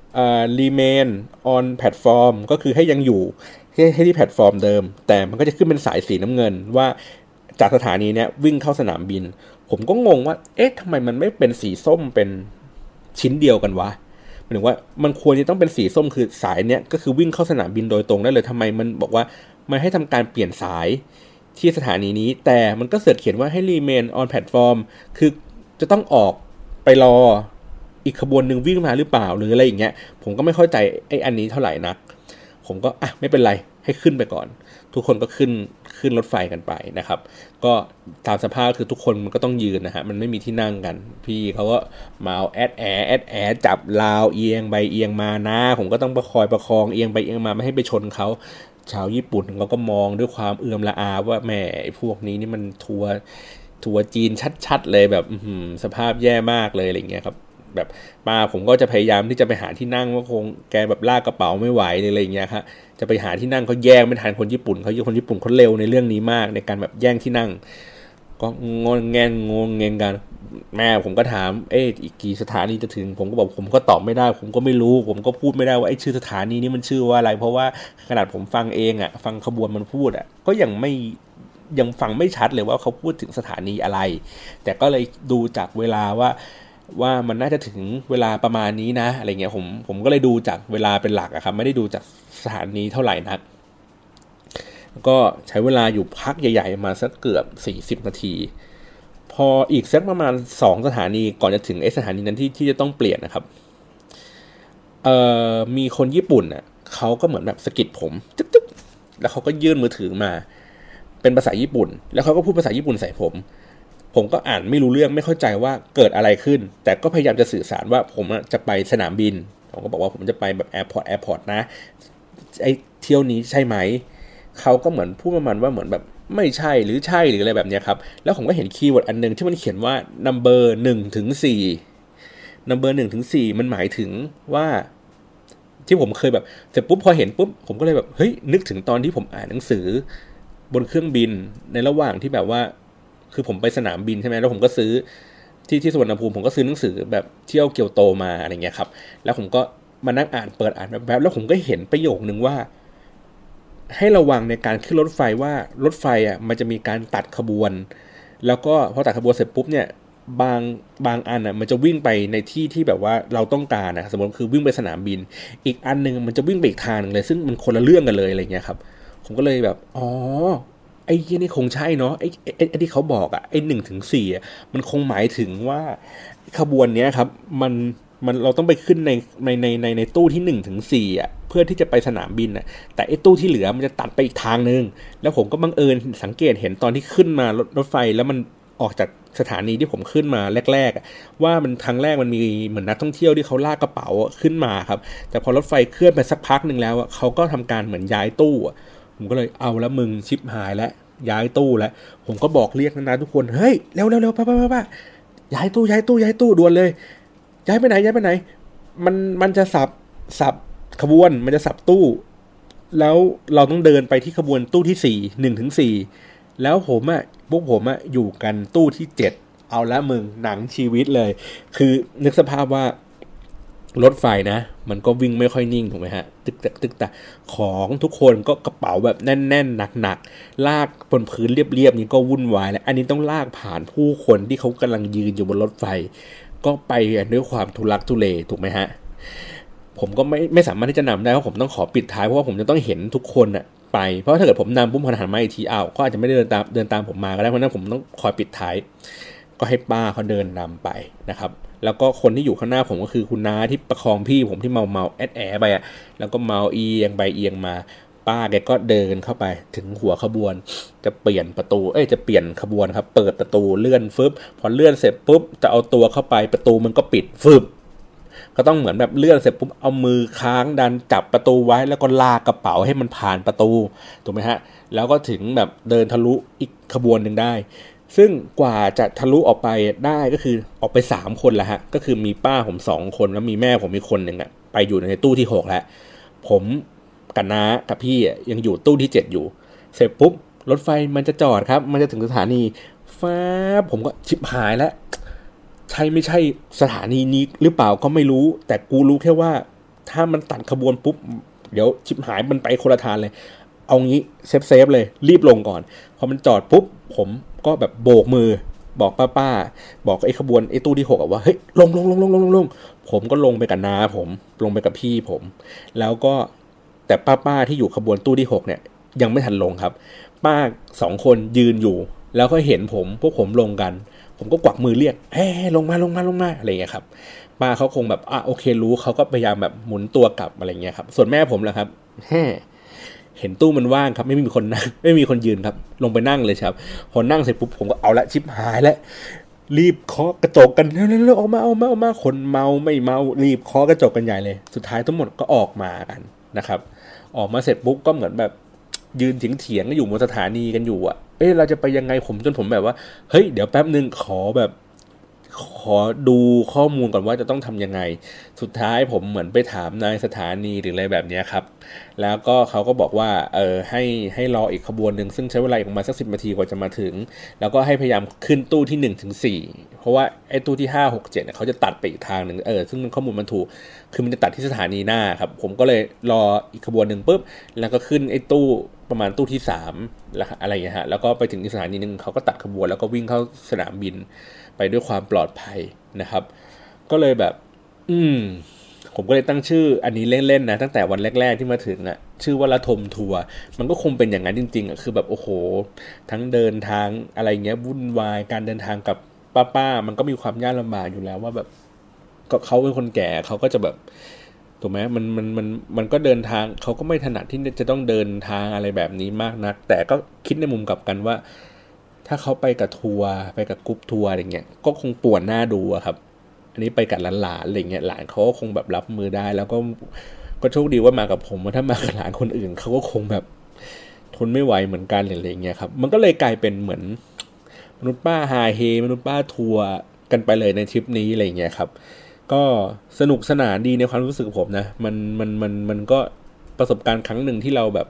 remain on platform ก็คือให้ยังอยู่ให้ที่แพลตฟอร์มเดิมแต่มันก็จะขึ้นเป็นสายสีน้ำเงินว่าจากสถานีเนี้ยวิ่งเข้าสนามบินผมก็งงว่าเอ๊ะทำไมมันไม่เป็นสีส้มเป็นชิ้นเดียวกันวะหมายถึงว่ามันควรจะต้องเป็นสีส้มคือสายเนี้ยก็คือวิ่งเข้าสนามบินโดยตรงได้เลยทำไมมันบอกว่ามันให้ทำการเปลี่ยนสายที่สถานีนี้แต่มันก็เสือกเขียนว่าให้ remain on platform คือจะต้องออกไปรออีกขบวนหนึ่งวิ่งมาหรือเปล่าหรืออะไรอย่างเงี้ยผมก็ไม่เข้าใจไอ้อันนี้เท่าไหร่นักผมก็ไม่เป็นไรให้ขึ้นไปก่อนทุกคนก็ขึ้นรถไฟกันไปนะครับก็ตามสภาพคือทุกคนมันก็ต้องยืนนะฮะมันไม่มีที่นั่งกันพี่เขาก็มาเอาแอดแอดจับราวเอียงไปเอียงมานะผมก็ต้องประคองเอียงไปเอียงมาไม่ให้ไปชนเขาชาวญี่ปุ่นเขาก็มองด้วยความเอื่อมละอาว่าแหมพวกนี้นี่มันทัวร์จีนชัดๆเลยแบบสภาพแย่มากเลยอะไรเงี้ยครับแบบป้าผมก็จะพยายามที่จะไปหาที่นั่งว่าคงแกแบบลากกระเป๋าไม่ไหวอะไรอย่างเงี้ยครับจะไปหาที่นั่งเขาแย่งไม่ทันคนญี่ปุ่นคนญี่ปุ่นเขาเร็วในเรื่องนี้มากในการแบบแย่งที่นั่งก็งงเงงกันแม่ผมก็ถามอีกกี่สถานีจะถึงผมก็บอกผมก็ตอบไม่ได้ผมก็ไม่รู้ผมก็พูดไม่ได้ว่าชื่อสถานีนี้มันชื่อว่าอะไรเพราะว่าขนาดผมฟังเองฟังขบวนมันพูดก็ยังฟังไม่ชัดเลยว่าเขาพูดถึงสถานีอะไรแต่ก็เลยดูจากเวลาว่ามันน่าจะถึงเวลาประมาณนี้นะอะไรเงี้ยผมก็เลยดูจากเวลาเป็นหลักครับไม่ได้ดูจากสถานีเท่าไหร่นักก็ใช้เวลาอยู่พักใหญ่ๆมาสักเกือบ40นาทีพออีกสักประมาณ2สถานีก่อนจะถึงสถานีนั้นที่จะต้องเปลี่ยนนะครับมีคนญี่ปุ่นเขาก็เหมือนแบบสะกิดผมจึ๊กๆแล้วเขาก็ยื่นมือถือมาเป็นภาษาญี่ปุ่นแล้วเขาก็พูดภาษาญี่ปุ่นใส่ผมก็อ่านไม่รู้เรื่องไม่เข้าใจว่าเกิดอะไรขึ้นแต่ก็พยายามจะสื่อสารว่าผมจะไปสนามบินผมก็บอกว่าผมจะไปแบบแอร์พอร์ตนะไอ้เที่ยวนี้ใช่ไหมเขาก็เหมือนพูดประมาณว่าเหมือนแบบไม่ใช่หรือใช่หรืออะไรแบบนี้ครับแล้วผมก็เห็นคีย์เวิร์ดอันนึงที่มันเขียนว่า number 1 ถึง 4 number 1 ถึง 4มันหมายถึงว่าที่ผมเคยแบบเสร็จปุ๊บพอเห็นปุ๊บผมก็เลยแบบเฮ้ยนึกถึงตอนที่ผมอ่านหนังสือบนเครื่องบินในระหว่างที่แบบว่าคือผมไปสนามบินใช่ไหมแล้วผมก็ซื้อที่สุวรรณภูมิผมก็ซื้อหนังสือแบบเที่ยวเกียวโตมาอะไรเงี้ยครับแล้วผมก็มานั่งเปิดอ่านแบบแล้วผมก็เห็นประโยคนึงว่าให้ระวังในการขึ้นรถไฟว่ารถไฟมันจะมีการตัดขบวนแล้วก็พอตัดขบวนเสร็จปุ๊บเนี่ยบางบางอันอ่ะมันจะวิ่งไปในที่ที่แบบว่าเราต้องการนะสมมติคือวิ่งไปสนามบินอีกอันนึงมันจะวิ่งไปอีกทางนึงเลยซึ่งมันคนละเรื่องกันเลยอะไรเงี้ยครับผมก็เลยแบบอ๋อไอ้นี่คงใช่เนาะไอ้ที่เขาบอกอ่ะไอ้1 ถึง 4มันคงหมายถึงว่าขบวนเนี้ยครับมันเราต้องไปขึ้นในตู้ที่1 ถึง 4เพื่อที่จะไปสนามบินอ่ะแต่ไอ้ตู้ที่เหลือมันจะตัดไปอีกทางนึงแล้วผมก็บังเอิญสังเกตเห็นตอนที่ขึ้นมารถไฟแล้วมันออกจากสถานีที่ผมขึ้นมาแรกๆว่ามันทางแรกมันมีเหมือนนักท่องเที่ยวที่เขาลากกระเป๋าขึ้นมาครับแต่พอรถไฟเคลื่อนไปสักพักหนึ่งแล้วเขาก็ทำการเหมือนย้ายตู้ผมก็เลยเอาแล้วมึงชิบหายแล้วย้ายตู้แล้วผมก็บอกเรียกนะทุกคนเฮ้ยเร็วป้าย้ายตู้ด่วนเลยย้ายไปไหนมันจะสับขบวนมันจะสับตู้แล้วเราต้องเดินไปที่ขบวนตู้ที่1 ถึง 4แล้วพวกผมอยู่กันตู้ที่7เอาละมึงหนังชีวิตเลยคือนึกสภาพว่ารถไฟนะมันก็วิ่งไม่ค่อยนิ่งถูกไหมฮะตึกของทุกคนก็กระเป๋าแบบแน่นหนักลากบนพื้นเรียบๆนี้ก็วุ่นวายแล้วอันนี้ต้องลากผ่านผู้คนที่เขากำลังยืนอยู่บนรถไฟก็ไปด้วยความทุลักทุเลถูกไหมฮะผมก็ไม่สามารถที่จะนำได้เพราะผมต้องขอปิดท้ายเพราะว่าผมจะต้องเห็นทุกคนไปเพราะถ้าเกิดผมนำปุ๊บพอหันมาอีกทีก็อาจจะไม่ได้เดินตามผมมาก็ได้เพราะนั้นผมต้องคอยปิดท้ายก็ให้ป้าเขาเดินนำไปนะครับแล้วก็คนที่อยู่ข้างหน้าผมก็คือคุณน้าที่ประคองพี่ผมที่เมาแอดไปแล้วก็เมาเอียงไปเอียงมาป้าแกก็เดินเข้าไปถึงหัวขบวนจะเปลี่ยนประตูจะเปลี่ยนขบวนครับเปิดประตูเลื่อนฟึบพอเลื่อนเสร็จปุ๊บจะเอาตัวเข้าไปประตูมันก็ปิดฟึบก็ต้องเหมือนแบบเลื่อนเสร็จปุ๊บเอามือค้างดันจับประตูไว้แล้วก็ลากกระเป๋าให้มันผ่านประตูถูกไหมฮะแล้วก็ถึงแบบเดินทะลุอีกขบวนหนึ่งได้ซึ่งกว่าจะทะลุออกไปได้ก็คือออกไป3คนแล้วฮะก็คือมีป้าผม2คนแล้วมีแม่ผมอีกคนหนึ่งไปอยู่ในตู้ที่6แล้วผมกับน้ากับพี่ยังอยู่ตู้ที่7อยู่เสร็จปุ๊บรถไฟมันจะจอดครับมันจะถึงสถานีฟ้าผมก็ชิบหายแล้วใช่ไม่ใช่สถานีนี้หรือเปล่าก็ไม่รู้แต่กูรู้แค่ว่าถ้ามันตัดขบวนปุ๊บเดี๋ยวชิบหายมันไปคนละทางเลยเอางี้เซฟเลยรีบลงก่อนพอมันจอดปุ๊บผมก็แบบโบกมือบอกป้าบอกไอ้ขบวนไอ้ตู้ที่6ว่าเฮ้ยลงผมก็ลงไปกับน้าผมลงไปกับพี่ผมแล้วก็แต่ป้าที่อยู่ขบวนตู้ที่6เนี่ยยังไม่ทันลงครับป้า2คนยืนอยู่แล้วก็เห็นพวกผมลงกันผมก็กวักมือเรียกเฮ้ยลงมาอะไรอย่างเงี้ยครับป้าเขาคงแบบโอเครู้เขาก็พยายามแบบหมุนตัวกลับอะไรเงี้ยครับส่วนแม่ผมล่ะครับเห็นตู้มันว่างครับไม่มีคนนั่งไม่มีคนยืนครับลงไปนั่งเลยครับพอนั่งเสร็จปุ๊บผมก็เอาละชิบหายแล้วรีบเคาะกระจกกันเร็วๆออกมาคนเมาไม่เมารีบเคาะกระจกกันใหญ่เลยสุดท้ายทั้งหมดก็ออกมากันนะครับออกมาเสร็จปุ๊บก็เหมือนแบบยืนเถียงกันอยู่บนสถานีกันอยู่เราจะไปยังไงจนผมแบบว่าเฮ้ยเดี๋ยวแป๊บนึงขอดูข้อมูลก่อนว่าจะต้องทำยังไงสุดท้ายผมเหมือนไปถามนายสถานีหรืออะไรแบบนี้ครับแล้วก็เขาก็บอกว่าให้รออีกขบวนหนึ่งซึ่งใช้เวลาประมาณสัก10 นาทีกว่าจะมาถึงแล้วก็ให้พยายามขึ้นตู้ที่1 ถึง 4เพราะว่าไอ้ตู้ที่5 6 7เนี่ยเขาจะตัดไปอีกทางหนึ่งซึ่งข้อมูลมันถูกคือมันจะตัดที่สถานีหน้าครับผมก็เลยรออีกขบวนหนึ่งปุ๊บแล้วก็ขึ้นไอ้ตู้ประมาณตู้ที่3แล้วอะไรอย่างเงี้ยฮะแล้วก็ไปถึงอีกสถานีนึงเขาก็ตัดขบวนแล้วก็วิ่งเข้าสนามบินไปด้วยความปลอดภัยนะครับก็เลยแบบผมก็เลยตั้งชื่ออันนี้เล่นๆนะตั้งแต่วันแรกๆที่มาถึงชื่อว่าระทมทัวร์มันก็คงเป็นอย่างนั้นจริงๆคือแบบโอ้โหทั้งเดินทางอะไรเงี้ยวุ่นวายการเดินทางกับป้ามันก็มีความยากลำบากอยู่แล้วว่าแบบก็เขาเป็นคนแก่เขาก็จะแบบถูกไหมมันก็เดินทางเขาก็ไม่ถนัดที่จะต้องเดินทางอะไรแบบนี้มากนักแต่ก็คิดในมุมกลับกันว่าถ้าเขาไปกับทัวร์ไปกับกรุ๊ปทัวร์อะไรเงี้ยก็คงปวดหน้าดูครับอันนี้ไปกับหลานอะไรเงี้ยหลานเขาก็คงแบบรับมือได้แล้วก็โชคดีว่ามากับผมถ้ามากับหลานคนอื่นเขาก็คงแบบทนไม่ไหวเหมือนกันอะไรเงี้ยครับมันก็เลยกลายเป็นเหมือนมนุษย์ป้าฮาเฮมนุษย์ป้าทัวร์กันไปเลยในทริปนี้อะไรเงี้ยครับก็สนุกสนานดีในความรู้สึกผมนะมันก็ประสบการณ์ครั้งหนึ่งที่เราแบบ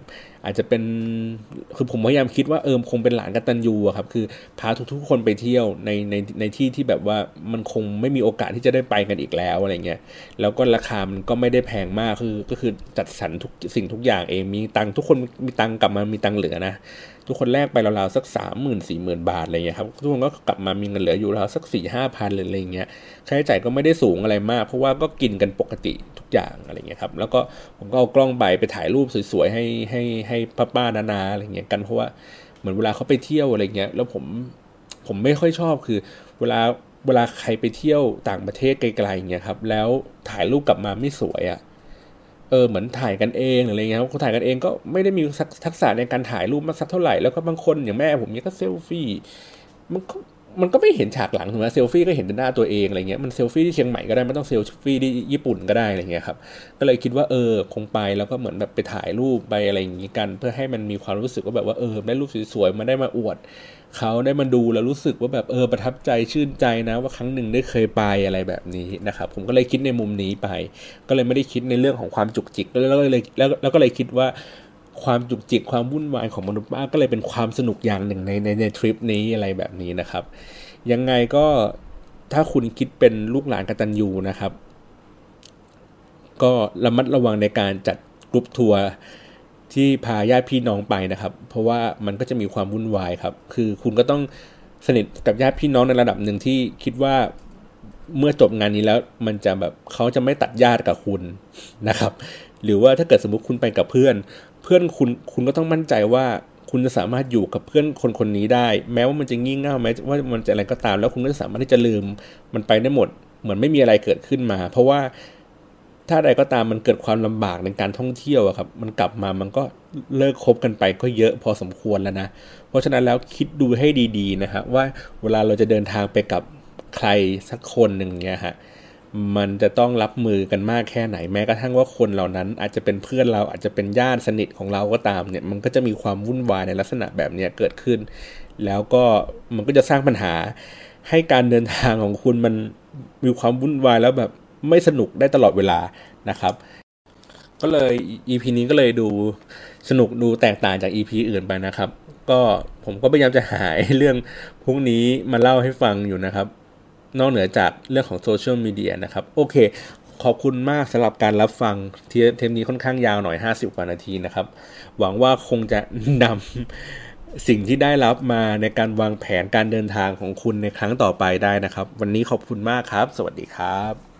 อาจจะเป็นคือผมพยายามคิดว่าคงเป็นหลานกตัญญูอะครับคือพาทุกๆคนไปเที่ยวในที่ที่แบบว่ามันคงไม่มีโอกาสที่จะได้ไปกันอีกแล้วอะไรเงี้ยแล้วก็ราคามันก็ไม่ได้แพงมากก็คือจัดสรรทุกสิ่งทุกอย่างเองมีตังค์ทุกคนมีตังค์กลับมามีตังค์เหลือนะทุกคนแลกไปราวๆสัก30,000-40,000 บาทอะไรเงี้ยครับทุกคนก็กลับมามีเงินเหลืออยู่ราวสัก4-5 พันเลยอะไรเงี้ยค่าใช้จ่ายก็ไม่ได้สูงอะไรมากเพราะว่าก็กินกันปกติทุกอย่างอะไรเงี้ยครับแล้วก็ผมก็เอากล้องไปถ่ายรูปสวยๆให้ป้าๆนาๆอะไรเงี้ยกันเพราะว่าเหมือนเวลาเขาไปเที่ยวอะไรเงี้ยแล้วผมไม่ค่อยชอบคือเวลาใครไปเที่ยวต่างประเทศไกลๆอย่างเงี้ยครับแล้วถ่ายรูปกลับมาไม่สวยอ่ะเหมือนถ่ายกันเองอะไรเงี้ยครับคนถ่ายกันเองก็ไม่ได้มีทักษะในการถ่ายรูปมากสักเท่าไหร่แล้วก็บางคนอย่างแม่ผมเนี้ยก็เซลฟี่มันก็มันก็ไม่เห็นฉากหลังถูกไหมเซลฟี่ก็เห็นแต่หน้าตัวเองอะไรเงี้ยมันเซลฟี่ที่เชียงใหม่ก็ได้ไม่ต้องเซลฟี่ที่ญี่ปุ่นก็ได้อะไรเงี้ยครับก็เลยคิดว่าคงไปแล้วก็เหมือนแบบไปถ่ายรูปไปอะไรอย่างงี้กันเพื่อให้มันมีความรู้สึกว่าแบบว่าได้รูปสวยๆมาได้มาอวดเขาได้มาดูแล้วรู้สึกว่าแบบประทับใจชื่นใจนะว่าครั้งหนึ่งได้เคยไปอะไรแบบนี้นะครับผมก็เลยคิดในมุมนี้ไปก็เลยไม่ได้คิดในเรื่องของความจุกจิกแล้วก็เลยคิดว่าความจุกจิกความวุ่นวายของมนุษย์ป้าก็เลยเป็นความสนุกอย่างหนึ่งในทริปนี้อะไรแบบนี้นะครับยังไงก็ถ้าคุณคิดเป็นลูกหลานกตัญญูนะครับก็ระมัดระวังในการจัดกรุ๊ปทัวร์ที่พาญาติพี่น้องไปนะครับเพราะว่ามันก็จะมีความวุ่นวายครับคือคุณก็ต้องสนิทกับญาติพี่น้องในระดับหนึ่งที่คิดว่าเมื่อจบงานนี้แล้วมันจะแบบเขาจะไม่ตัดญาติกับคุณนะครับหรือว่าถ้าเกิดสมมุติคุณไปกับเพื่อนคุณก็ต้องมั่นใจว่าคุณจะสามารถอยู่กับเพื่อนคนนี้ได้แม้ว่ามันจะงี่เง่าแม้ว่ามันจะอะไรก็ตามแล้วคุณก็สามารถที่จะลืมมันไปได้หมดเหมือนไม่มีอะไรเกิดขึ้นมาเพราะว่าถ้าใดก็ตามมันเกิดความลำบากในการท่องเที่ยวอะครับมันกลับมามันก็เลิกคบกันไปก็เยอะพอสมควรแล้วนะเพราะฉะนั้นแล้วคิดดูให้ดีๆนะครับว่าเวลาเราจะเดินทางไปกับใครสักคนหนึ่งเนี่ยฮะมันจะต้องรับมือกันมากแค่ไหนแม้กระทั่งว่าคนเหล่านั้นอาจจะเป็นเพื่อนเราอาจจะเป็นญาติสนิทของเราก็ตามเนี่ยมันก็จะมีความวุ่นวายในลักษณะแบบนี้เกิดขึ้นแล้วก็มันก็จะสร้างปัญหาให้การเดินทางของคุณมันมีความวุ่นวายแล้วแบบไม่สนุกได้ตลอดเวลานะครับก็เลย EP นี้ก็เลยดูสนุกดูแตกต่างจาก EP อื่นไปนะครับก็ผมก็พยายามจะหาเรื่องพวกนี้มาเล่าให้ฟังอยู่นะครับนอกเหนือจากเรื่องของโซเชียลมีเดียนะครับโอเคขอบคุณมากสำหรับการรับฟังเทปนี้ค่อนข้างยาวหน่อย50 กว่านาทีนะครับหวังว่าคงจะนำสิ่งที่ได้รับมาในการวางแผนการเดินทางของคุณในครั้งต่อไปได้นะครับวันนี้ขอบคุณมากครับสวัสดีครับ